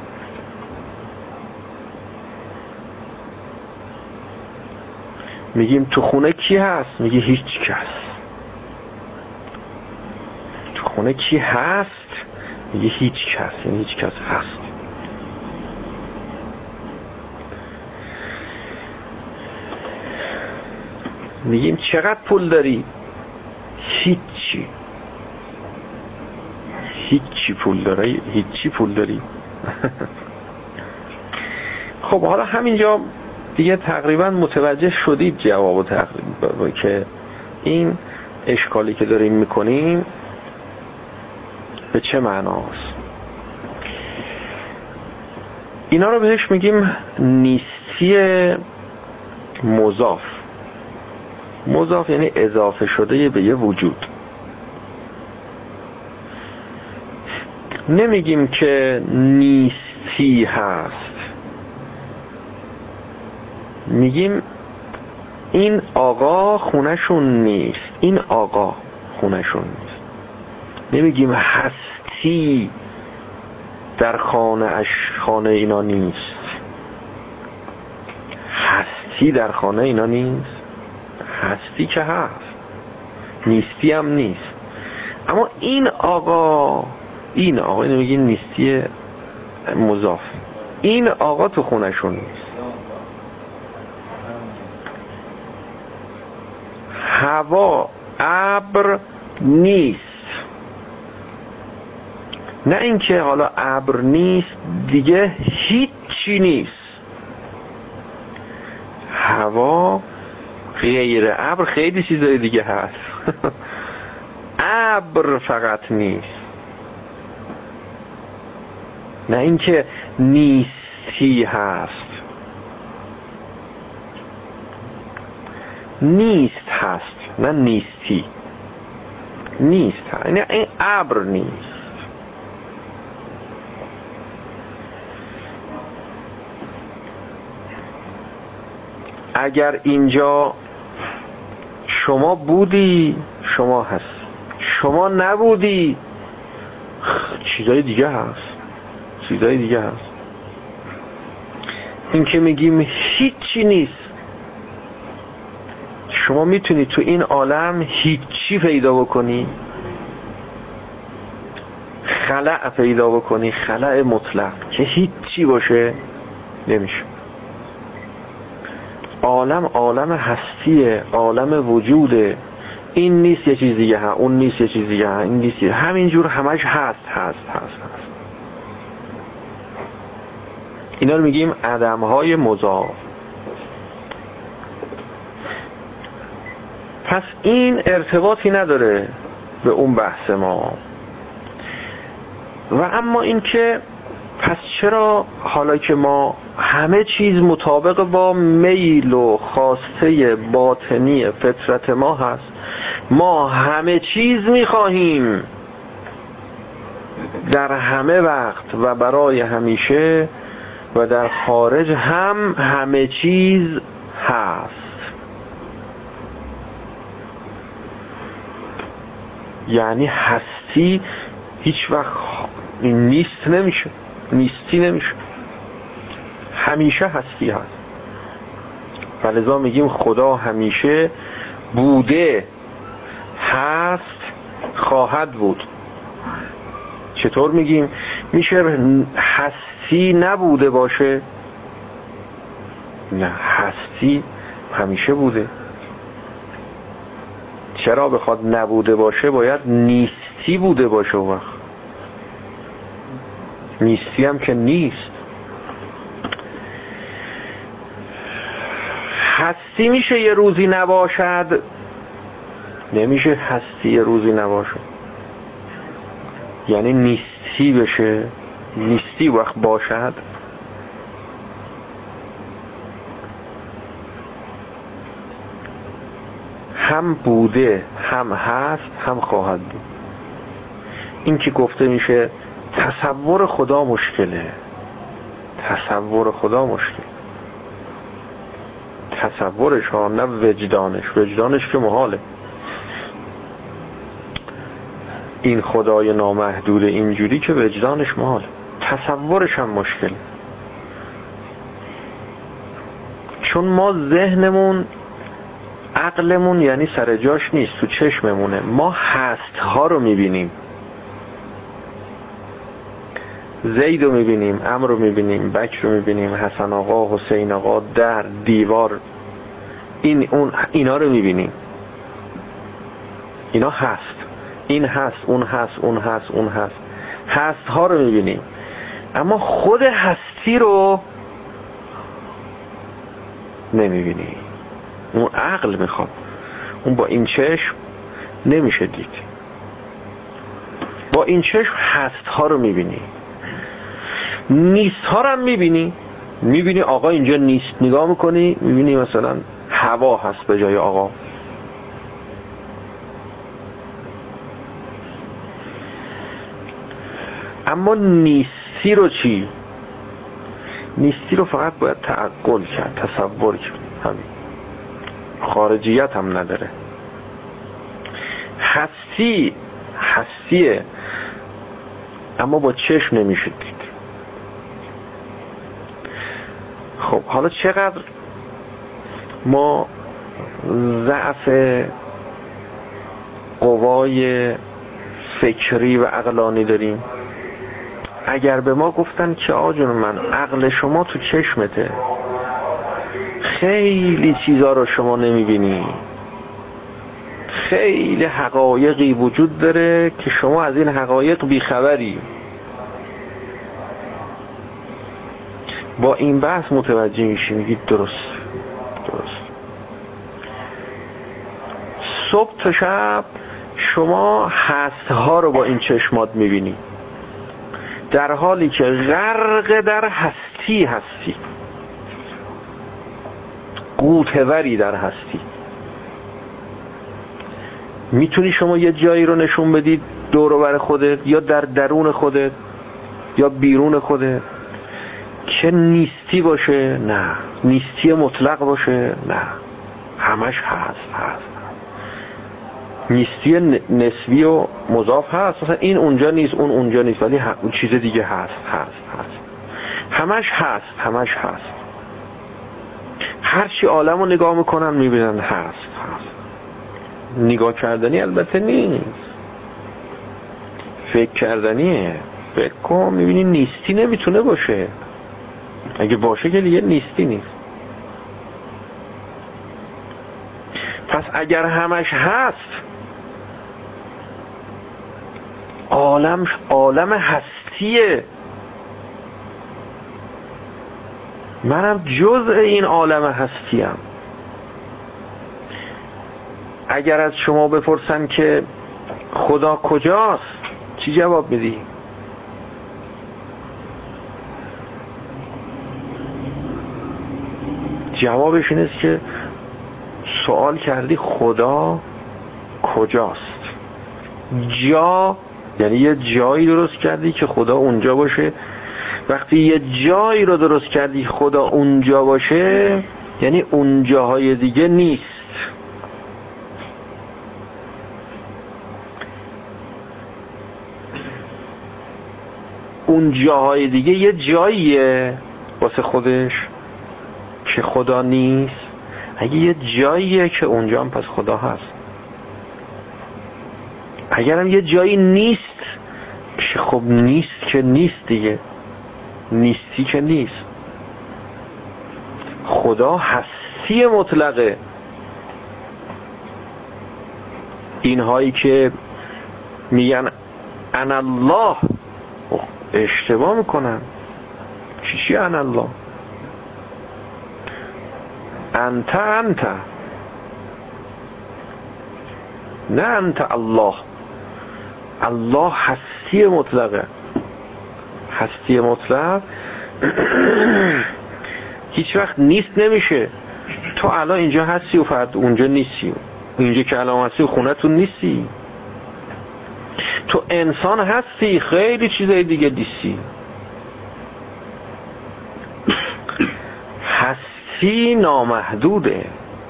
Speaker 1: میگیم تو خونه کی هست؟ میگه هیچ کس. تو خونه کی هست؟ میگه هیچ کس، یعنی هیچ کس هست. میگیم چقدر پول داری؟ هیچی. هیچی پول داری؟ هیچی پول داری؟ خب حالا همینجا دیگه تقریبا متوجه شدید جوابو تقریبا که این اشکالی که داریم میکنیم به چه معناست. اینا رو بهش میگیم نیستی مضاف. مضاف یعنی اضافه شده به یه وجود. نمیگیم که نیستی هست، میگیم این آقا خونشون نیست، این آقا خونشون نیست. نمیگیم هستی در خانه اینا نیست، هستی در خانه اینا نیست. هستی که هست، نیستی هم نیست. اما این آقا اینو میگیم نیستی مضاف. این آقا تو خونشون نیست. هوا ابر نیست. نه اینکه حالا ابر نیست دیگه هیچی نیست. هوا غیر ابر خیلی چیزای دیگه هست. ابر فقط نیست. نه اینکه نیستی هست. نیست هست، نه نیستی. نیست هست، یعنی این ابر نیست. اگر اینجا شما بودی شما هست، شما نبودی چیزای دیگه هست، چیزای دیگه هست. این که میگیم هیچی نیست، شما میتونی تو این عالم هیچی پیدا بکنی، خلأ پیدا بکنی، خلأ مطلق که هیچی باشه نمیشه. عالم عالم هستیه، عالم وجوده. این نیست یه چیز دیگه ها، اون نیست یه چیز دیگه ها، این نیست، همینجور همش هست هست هست هست. اینا رو میگیم عدم‌های مضاف. پس این ارتباطی نداره به اون بحث ما. و اما این که پس چرا حالا که ما همه چیز مطابق با میل و خواسته باطنی فطرت ما هست، ما همه چیز میخواهیم در همه وقت و برای همیشه و در خارج هم همه چیز هست، یعنی هستی هیچ وقت نیست نمیشه، نیستی نمیشه، همیشه هستی هست. ولذا میگیم خدا همیشه بوده، هست، خواهد بود. چطور میگیم؟ میشه هستی نبوده باشه؟ نه، هستی همیشه بوده. چرا بخواد نبوده باشه باید نیستی بوده باشه، وقت نیستی هم که نیست. هستی میشه یه روزی نباشد؟ نمیشه هستی یه روزی نباشه، یعنی نیستی بشه، نیستی وقت باشد. هم بوده، هم هست، هم خواهد بود. این که گفته میشه تصور خدا مشکله، تصور خدا مشکل، تصورش ها، نه وجدانش. وجدانش که محاله. این خدای نامحدود اینجوری که وجدانش محاله، تصورش هم مشکل. چون ما ذهنمون، عقلمون یعنی سر جاش نیست، تو چشممونه. ما هست ها رو میبینیم، زید رو میبینیم، عمرو رو میبینیم، بکر رو میبینیم، حسن آقا، حسین آقا، در دیوار، این اون، اینا رو میبینیم. اینا هست، این هست، اون هست، اون هست، اون هست، هست ها رو میبینیم. اما خود هستی رو نمیبینیم. اون عقل میخواد، اون با این چشم نمیشه دید. با این چشم هست ها رو میبینی، نیست ها رو هم میبینی. میبینی آقا اینجا نیست، نگاه میکنی میبینی مثلا هوا هست به جای آقا. اما نیستی رو چی؟ نیستی رو فقط باید تعقل کرد، تصور کرد، همین. خارجیت هم نداره. هستی هستیه، اما با چشم نمیشه دید. خب حالا چقدر ما ضعف قوای فکری و عقلانی داریم. اگر به ما گفتن که آجون من عقل شما تو چشمته، خیلی چیزا رو شما نمیبینی، خیلی حقایقی وجود داره که شما از این حقایق بیخبری، با این بحث متوجه میشی، میگید درست درست. صبح تا شب شما هستها رو با این چشمات میبینی، در حالی که غرق در هستی، غوطه‌وری در هستی. میتونی شما یه جایی رو نشون بدید دور و بر خودت، یا در درون خودت، یا بیرون خودت، که نیستی باشه؟ نه. نیستی مطلق باشه؟ نه. همش هست. نیستی نسبی و مضاف هست، مثلا این اونجا نیست اون اونجا نیست، ولی اون چیز دیگه هست. همش هست. هر چی عالم رو نگاه میکنن میبینن هست. نگاه کردنی البته نیست، فکر کردنیه. فکر کن میبینی نیستی نمیتونه باشه، اگه باشه که دیگه نیستی نیست. پس اگر همش هست، عالم هستیه، منم جزء این عالم هستیم. اگر از شما بپرسن که خدا کجاست، چی جواب میدی؟ جوابش این است که سوال کردی خدا کجاست. جا یعنی یه جایی درست کردی که خدا اونجا باشه. وقتی یه جایی رو درست کردی خدا اونجا باشه، یعنی اون جاهای دیگه نیست. اون جاهای دیگه یه جاییه واسه خودش که خدا نیست. اگه یه جاییه که اونجا هم پس خدا هست. اگرم یه جایی نیست که خب نیست که نیست دیگه، نیستی که نیست. خدا هستی مطلقه. اینهایی که میگن انا الله اشتباه میکنن. چی انا الله؟ انت نه انت الله. الله هستی مطلقه. هستی مطلق هیچ وقت نیست نمیشه. تو الان اینجا هستی و فرد اونجا نیستی، اینجا که الان هستی و خونتون نیستی. تو انسان هستی، خیلی چیزای دیگه نیستی. هستی نامحدوده.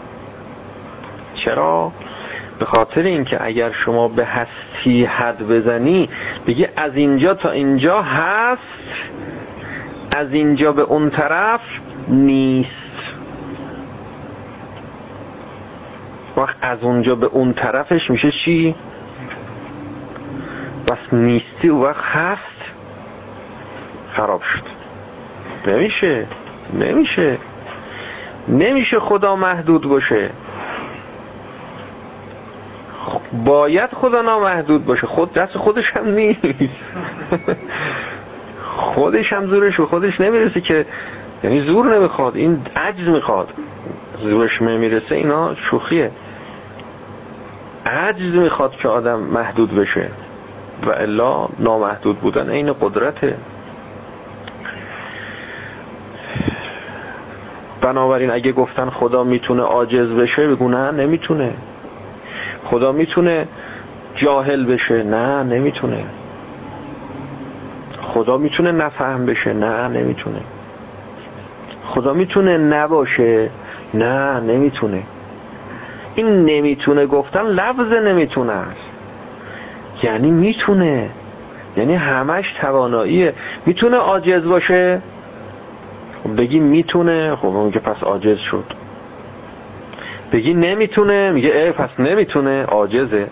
Speaker 1: چرا؟ به خاطر اینکه اگر شما به هستی حد بزنی، بگی از اینجا تا اینجا هست، از اینجا به اون طرف نیست. وقت از اونجا به اون طرفش میشه چی؟ بس نیستی و وقت هست. خراب شد. نمیشه خدا محدود باشه. باید خدا نامحدود باشه. خود دست خودش هم نیست. خودش هم زورش به خودش نمیرسه که، یعنی زور نمیخواد، این عجز میخواد. زورش نمیرسه اینا شوخیه. عجز میخواد که آدم محدود بشه، و الا نامحدود بودن این قدرته. بنابراین اگه گفتن خدا میتونه عاجز بشه، بگو نه نمیتونه. خدا میتونه جاهل بشه، نه نمیتونه. خدا میتونه نفهم بشه، نه نمیتونه. خدا میتونه نباشه، نه نمیتونه. این نمیتونه گفتن لفظ نمیتونه است، یعنی میتونه، یعنی همش تواناییه. میتونه عاجز باشه، بگی میتونه، خب اون که پس عاجز شد. بگی نمیتونه، میگه پس نمیتونه، عاجزه.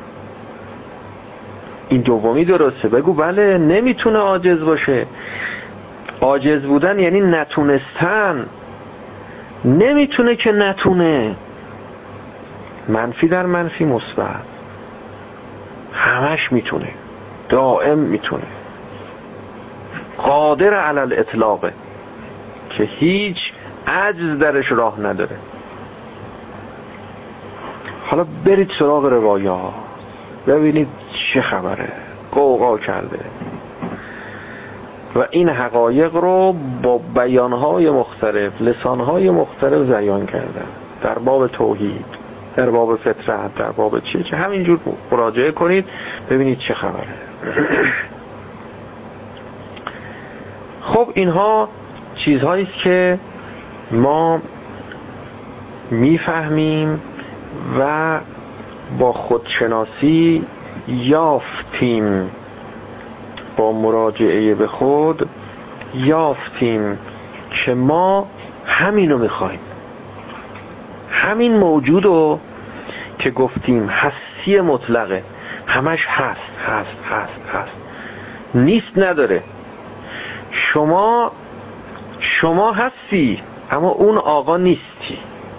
Speaker 1: این دومی درسته. بگو بله نمیتونه عاجز باشه. عاجز بودن یعنی نتونستن. نمیتونه که نتونه. منفی در منفی مثبت. همش میتونه، دائم میتونه، قادر علی الاطلاق، که هیچ عجز درش راه نداره. حالا برید سراغ روایات، ببینید چه خبره. قوقا کرده و این حقایق رو با بیانهای مختلف، لسانهای مختلف بیان کردن. در باب توحید، در باب فطرت، در باب چه همینجور مراجعه کنید ببینید چه خبره. خب اینها چیزهایی است که ما میفهمیم و با خودشناسی یافتیم، با مراجعه به خود یافتیم که ما همینو میخوایم. همین موجودو که گفتیم هستی مطلقه، همش هست نیست نداره. شما هستی اما اون آقا نیستی،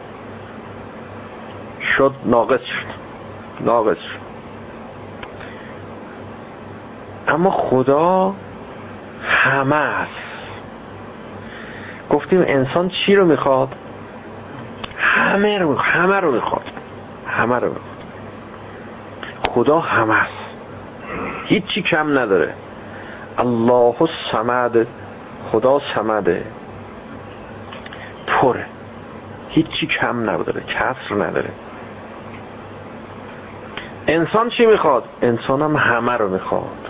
Speaker 1: شد ناقص شد. اما خدا همه است. گفتیم انسان چی رو میخواد؟ همه رو میخواد. خدا همه است، هیچی کم نداره. الله الصمد، خدا صمده، پره، هیچی کم نداره، کسر نداره. انسان چی میخواد؟ انسان هم همه رو میخواد.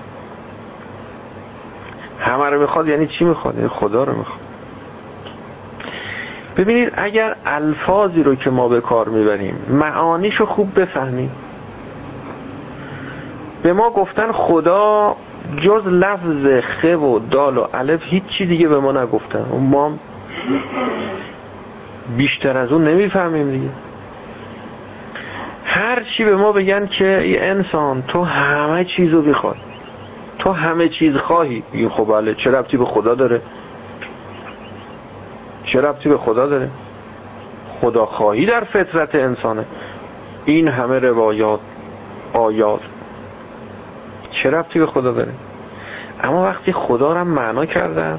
Speaker 1: همه رو میخواد یعنی چی میخواد؟ یعنی خدا رو میخواد. ببینید اگر الفاظی رو که ما به کار میبریم معانیشو خوب بفهمیم. به ما گفتن خدا جز لفظ خ و دال و الف هیچی دیگه به ما نگفتن، ما بیشتر از اون نمیفهمیم دیگه. هر چی به ما بگن که ای انسان تو همه چیزو میخواد، تو همه چیز خواهی، این خب بله، چه ربطی به خدا داره؟ خدا خواهی در فطرت انسانه. این همه روایات، آیات، چه ربطی به خدا داره؟ اما وقتی خدا رو معنا کردن،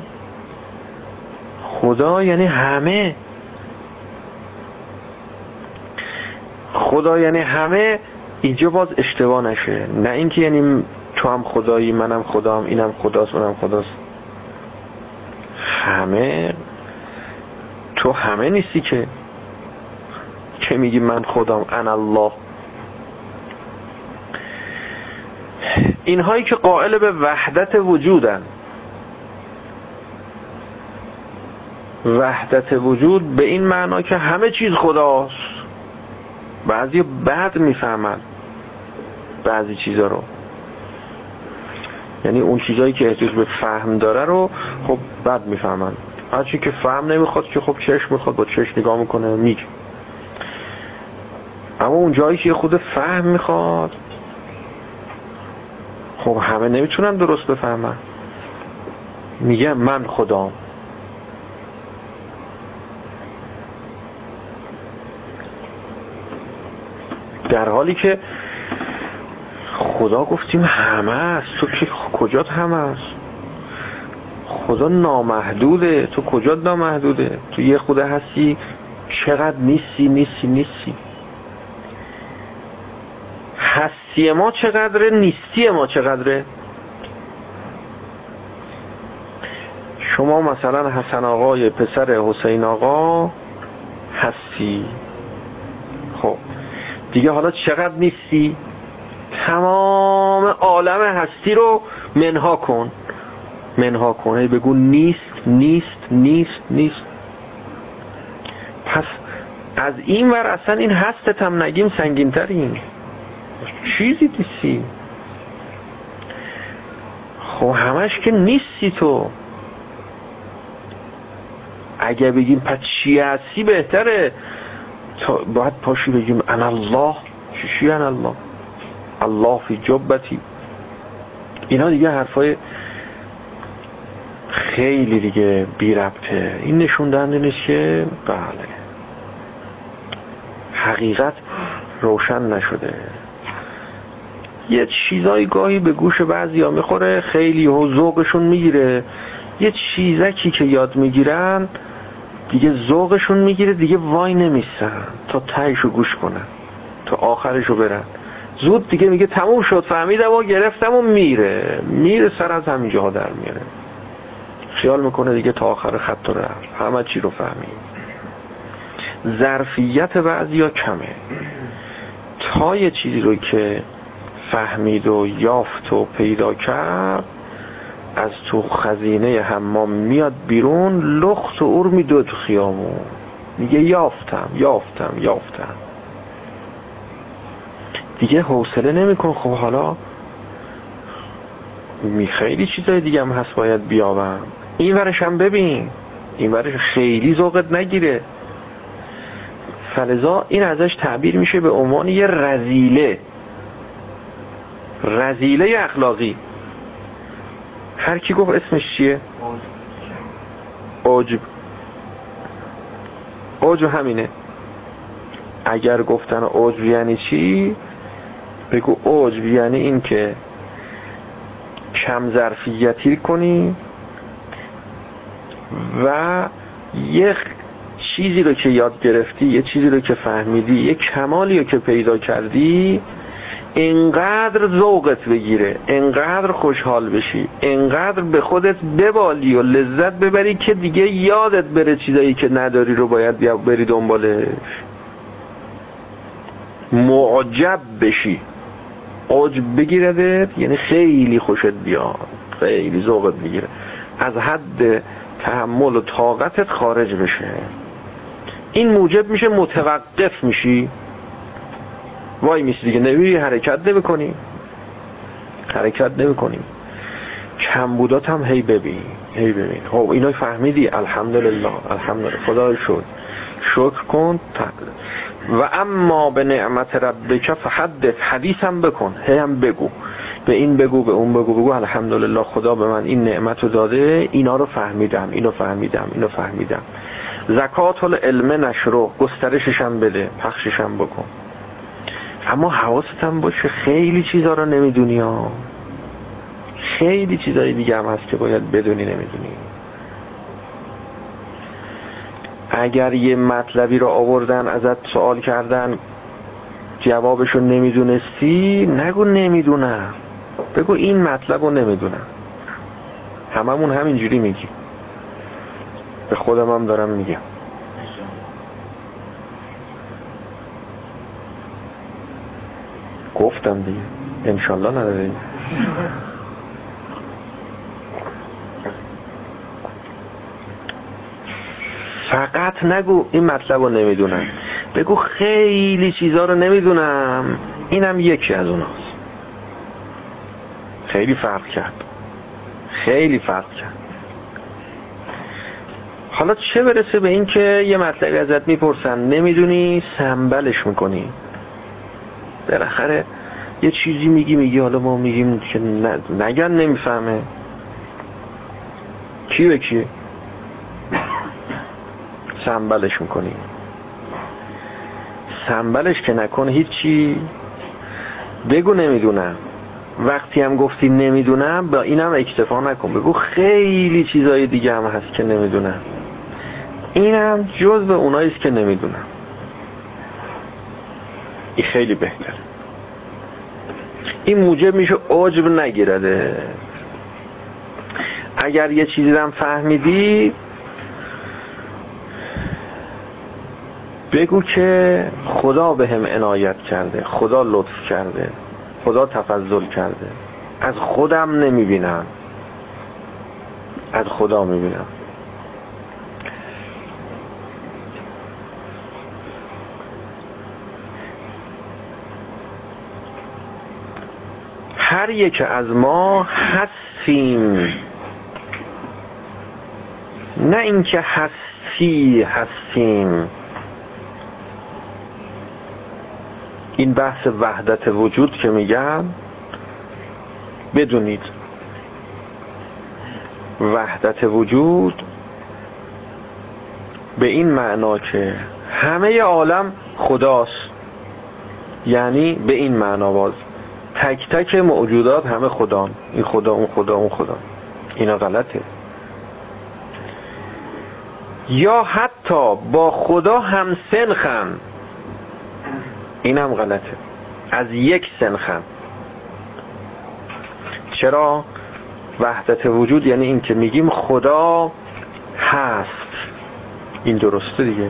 Speaker 1: خدا یعنی همه، خدا یعنی همه، اینجا باز اشتباه نشه. نه اینکه یعنی تو هم خدایی، منم خدام، اینم خداست، اونم خداست. همه، تو همه نیستی که میگی من خدام، انا الله. اینهایی که قائل به وحدت وجودن، وحدت وجود به این معنا که همه چیز خداست. بعضی بد میفهمن بعضی چیزا رو، یعنی اون چیزایی که احتیاج به فهم داره رو خب بد میفهمن. هرچی که فهم نمیخواد که خب چشم میخواد با چشم نگاه میکنه میگه. اما اون جایی که خود فهم میخواد خب همه نمیتونن درست بفهمن، میگه من خدام. در حالی که خدا گفتیم همه است. تو که کجات همه است؟ خدا نامحدوده، تو کجات نامحدوده؟ تو یه خدا هستی، چقدر نیستی. هستی ما چقدره، نیستی ما چقدره. شما مثلا حسن آقای پسر حسین آقا هستی، خب دیگه حالا چقدر نیستی؟ تمام عالم هستی رو منها کن، بگو نیست. پس از این ور اصلا این هستت هم نگیم سنگین ترین چیزی نیستی. خب همش که نیستی تو. اگه بگیم پس چی هستی بهتره، باید پاشی بگیم انا الله. چی انا الله؟ الله فی جبتی. اینا دیگه حرفای خیلی دیگه بی ربطه. این نشون دهنده نیست که بله حقیقت روشن نشده. یه چیزایی گاهی به گوش بعضیا میخوره، خیلی ذوقشون میگیره. یه چیزکی که یاد میگیرن دیگه ذوقشون میگیره، دیگه وای نمیستن تا تهشو گوش کنن، تا آخرشو برن. زود دیگه میگه تموم شد، فهمیدم و گرفتم و میره سر از همینجاها در میاره. خیال میکنه دیگه تا آخر خط رفت، همه چی رو فهمید. ظرفیت بعضیا کمه تا یه چیزی رو که فهمید و یافت و پیدا کرد از تو خزینه حمام میاد بیرون، لخت و اور میدو تو خیابون، میگه یافتم. دیگه حوصله نمیکن. خب حالا خیلی چیزای دیگه هم هست باید بیابم. این ورش هم ببین، این ورش خیلی ذوقت نگیره. فلذا این ازش تعبیر میشه به عنوان یه رذیله اخلاقی. هر کی گفت اسمش چیه؟ عجب همینه. اگر گفتن عجب یعنی چی؟ بگو عجب یعنی این که کم ظرفیتی کنی و یه چیزی رو که یاد گرفتی، یه چیزی رو که فهمیدی، یه کمالی رو که پیدا کردی، انقدر ذوقت بگیره، انقدر خوشحال بشی، انقدر به خودت ببالی و لذت ببری که دیگه یادت بره چیزایی که نداری رو باید بری دنبالش. معجب بشی، عجب بگیرده یعنی خیلی خوشت بیاد، خیلی ذوقت بگیره، از حد تحمل و طاقتت خارج بشه. این موجب میشه متوقف میشی، وای میسی دیگه، نمیری حرکت نمی کنی. کمبودات هم هی ببین. خب اینو فهمیدی، الحمدلله خدا شکر کن. و اما به نعمت ربک فحدث، حدیثم بکن، هی هم بگو، به این بگو، به اون بگو الحمدلله خدا به من این نعمت رو داده، اینا رو فهمیدم، اینو فهمیدم. زکات العلم نشرو، گسترشش هم بده، پخشش هم بکن. اما حواست هم باشه خیلی چیزا رو نمیدونی ها، خیلی چیزای دیگه هم هست که باید بدونی نمیدونی. اگر یه مطلبی رو آوردن ازت سوال کردن جوابشو نمیدونستی، نگو نمیدونم، بگو این مطلب رو نمیدونم. هممون همینجوری میگیم، به خودم هم دارم میگم. گفتم دیگه انشالله نداره. فقط نگو این مطلب رو نمیدونم، بگو خیلی چیزا رو نمیدونم، اینم یکی از اوناست. خیلی فرق کرد. حالا چه برسه به این که یه مطلبی ازت میپرسن نمیدونی، سنبلش میکنی. بالاخره یه چیزی میگی حالا ما میگیم که نگن نمیفهمه. کی به کیه؟ سنبلش میکنی. سنبلش که نکن هیچی، بگو نمیدونم. وقتی هم گفتی نمیدونم با اینم اکتفا نکن، بگو خیلی چیزای دیگه هم هست که نمیدونم، اینم جز به اوناییست که نمیدونم. این خیلی بهتره. این موجب میشه عجب نگیرده. اگر یه چیزی هم فهمیدی بگو که خدا بهم عنایت کرده، خدا لطف کرده، خدا تفضل کرده، از خودم نمیبینم، از خدا میبینم. هر یک از ما هستیم، نه اینکه هستیم. این بحث وحدت وجود که میگم بدونید، وحدت وجود به این معنا که همه عالم خداست، یعنی به این معنا باز تک تک موجودات همه خدان، این خدا اون خدا اون خدا. اینا غلطه. یا حتی با خدا هم سنخن، اینم غلطه، از یک سنخن. چرا؟ وحدت وجود یعنی این که میگیم خدا هست، این درسته دیگه.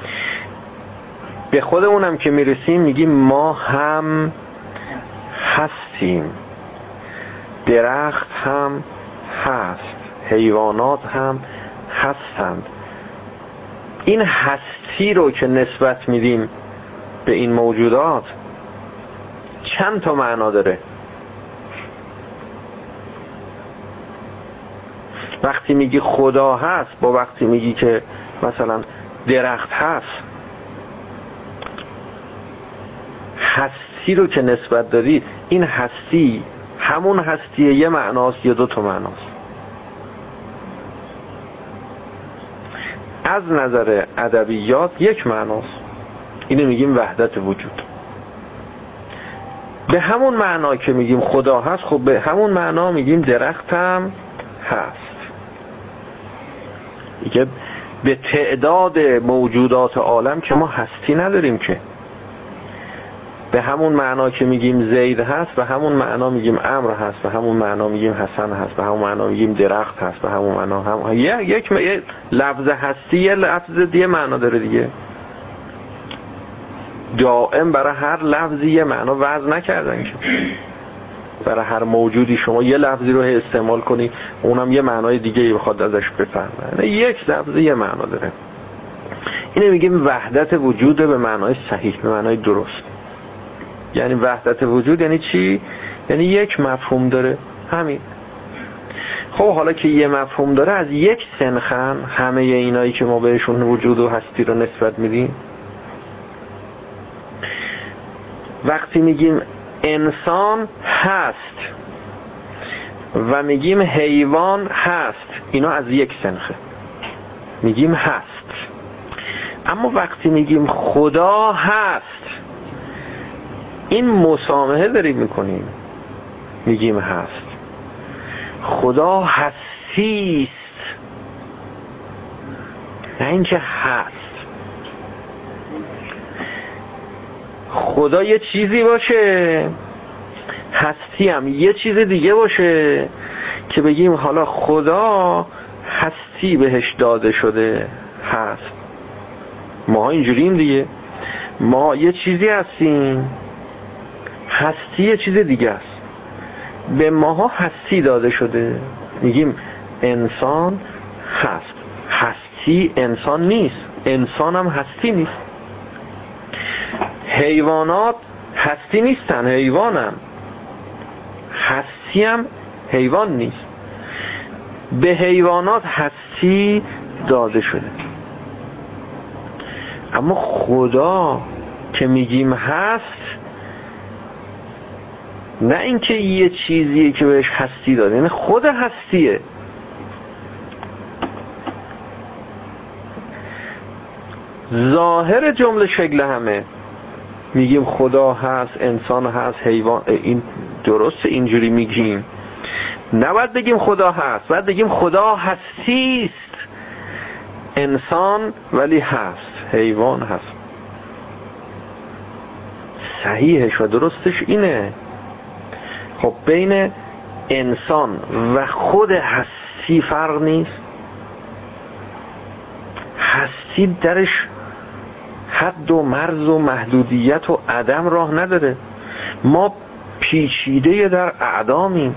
Speaker 1: به خودمونم که میرسیم میگیم ما هم هستیم، درخت هم هست، حیوانات هم هستند. این هستی رو که نسبت میدیم به این موجودات چند تا معنا داره. وقتی میگی خدا هست با وقتی میگی که مثلا درخت هست، هستی رو که نسبت دادی، این هستی همون هستیه یه معناست یا دو تا معناست؟ از نظر ادبیات یک معناست، اینو میگیم وحدت وجود. به همون معنا که میگیم خدا هست، خب به همون معنا میگیم درخت هم هست. دیگه به تعداد موجودات عالم که ما هستی نداریم که. به همون معنا که میگیم زید هست، به همون معنا میگیم امر هست، به همون معنا میگیم حسن هست، به همون معنا میگیم درخت هست، به همون معنا هم یک لفظ هستی یه لفظ دیگه معنا داره دیگه. دائم برای هر لفظی یه معنا وضع نکردن که برای هر موجودی شما یه لفظی رو استعمال کنی اونم یه معنای دیگه بخواد ازش بفهمه. یک لفظی یه معنا داره. اینو میگیم وحدت وجود به معنای صحیح، به معنای درست. یعنی وحدت وجود یعنی چی؟ یعنی یک مفهوم داره، همین. خب حالا که یه مفهوم داره، از یک سنخن همه اینایی که ما بهشون وجود و هستی رو نسبت میدیم. وقتی میگیم انسان هست و میگیم حیوان هست، اینا از یک سنخه، میگیم هست. اما وقتی میگیم خدا هست، این مسامحه داریم میکنیم، میگیم هست. خدا هستیست، نه اینکه هست. خدا یه چیزی باشه، هستی هم یه چیز دیگه باشه که بگیم حالا خدا هستی بهش داده شده، هست. ما اینجوریم دیگه، ما یه چیزی هستیم، هستی یه چیز دیگه است. به ماها هستی داده شده، میگیم انسان هست. هستی انسان نیست، انسان هم هستی نیست. حیوانات هستی نیستن، حیوانن. هستی هم حیوان نیست. به حیوانات هستی داده شده. اما خدا که میگیم هست، نه اینکه یه چیزیه که بهش هستی داده، یعنی خود هستیه. ظاهر جمله شکل همه، میگیم خدا هست، انسان هست، حیوان. این درسته اینجوری میگیم، نباید بگیم خدا هست، باید بگیم خدا هستیست. انسان ولی هست، حیوان هست. صحیحش و درستش اینه. خب بین انسان و خود هستی فرق نیست؟ هستی درش حد و مرز و محدودیت و عدم راه نداره. ما پیچیده در اعدامیم.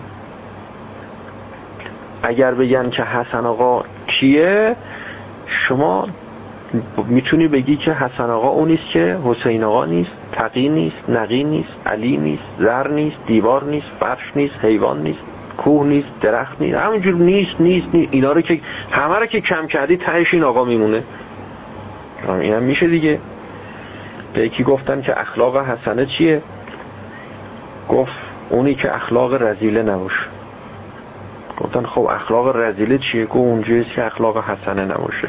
Speaker 1: اگر بگن که حسن آقا کیه، شما میتونی بگی که حسن آقا اون نیست که حسین آقا نیست، تقی نیست، نقی نیست، علی نیست، زر نیست، دیوار نیست، فرش نیست، حیوان نیست، کوه نیست، درخت نیست، همینجور نیست. اینا رو که همه رو که کم کردی تهش این آقا میمونه. این هم میشه دیگه. به یکی گفتن که اخلاق حسنه چیه؟ گفت اونی که اخلاق رذیله نباشه. گفتن خب اخلاق رذیله چیه؟ گفت اونجوریه که اخلاق حسنه نباشه.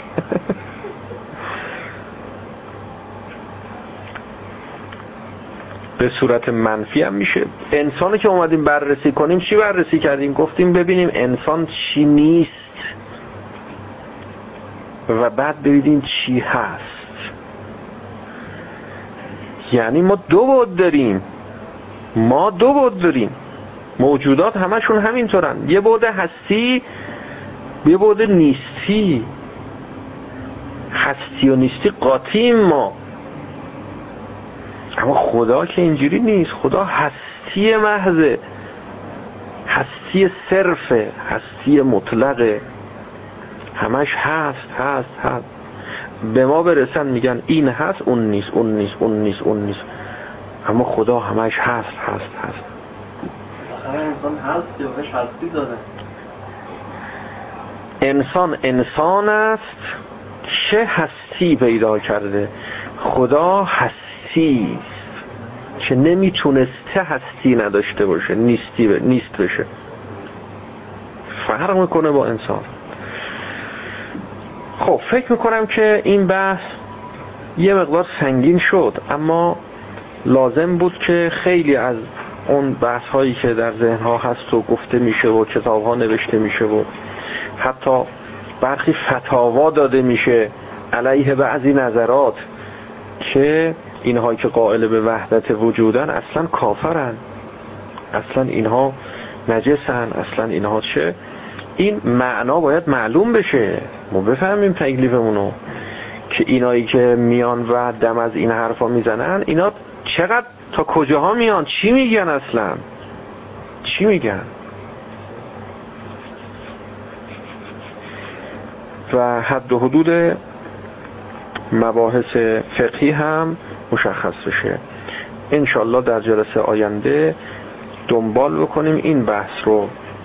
Speaker 1: به صورت منفی هم میشه. انسانی که اومدیم بررسی کنیم، چی بررسی کردیم؟ گفتیم ببینیم انسان چی نیست و بعد ببینیم چی هست. یعنی ما دو بعد داریم. موجودات همشون همینطورن، یه بعد هستی، یه بعد نیستی. هستی و نیستی قاطیم ما. اما خدا که اینجوری نیست. خدا هستی محضه. هستی صرفه، هستی مطلقه، همش هست. به ما برسن میگن این هست اون نیست، اون نیست، اون نیست، اون نیست، اما خدا همش هست.
Speaker 4: انسان هست یا بهش هستی داده؟
Speaker 1: انسان است چه هستی پیدا کرده. خدا هستی که نمیتونسته هستی نداشته باشه، نیست بشه. فرق میکنه با انسان. خب فکر میکنم که این بحث یه مقدار سنگین شد، اما لازم بود که خیلی از اون بحث هایی که در ذهن ها هست و گفته میشه و کتاب ها نوشته میشه و حتی برخی فتاوا داده میشه علیه بعضی نظرات که اینهایی که قائل به وحدت وجودن اصلا کافرن، اصلا اینها نجسن، اصلا اینها چه، این معنا باید معلوم بشه، ما بفهمیم تکلیفمونو که اینایی که میان و دم از این حرفا میزنن اینا چقدر تا کجاها میان، چی میگن، اصلا چی میگن. و حد و حدود مباحث فقهی هم مشخص بشه. انشالله در جلسه آینده دنبال بکنیم این بحث رو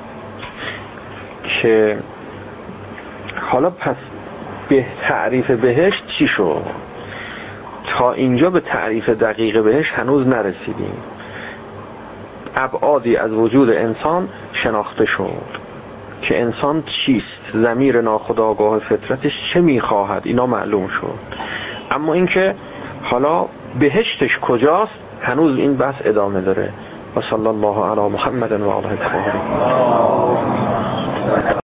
Speaker 1: که حالا پس به تعریف بهشت چی شد. تا اینجا به تعریف دقیق بهشت هنوز نرسیدیم. ابعادی از وجود انسان شناخته شد که انسان چیست، ضمیر ناخودآگاه فطرتش چه میخواهد، اینا معلوم شد. اما اینکه حالا بهشتش کجاست هنوز این بحث ادامه داره. و صلی الله علی محمد و آله الطاهرین.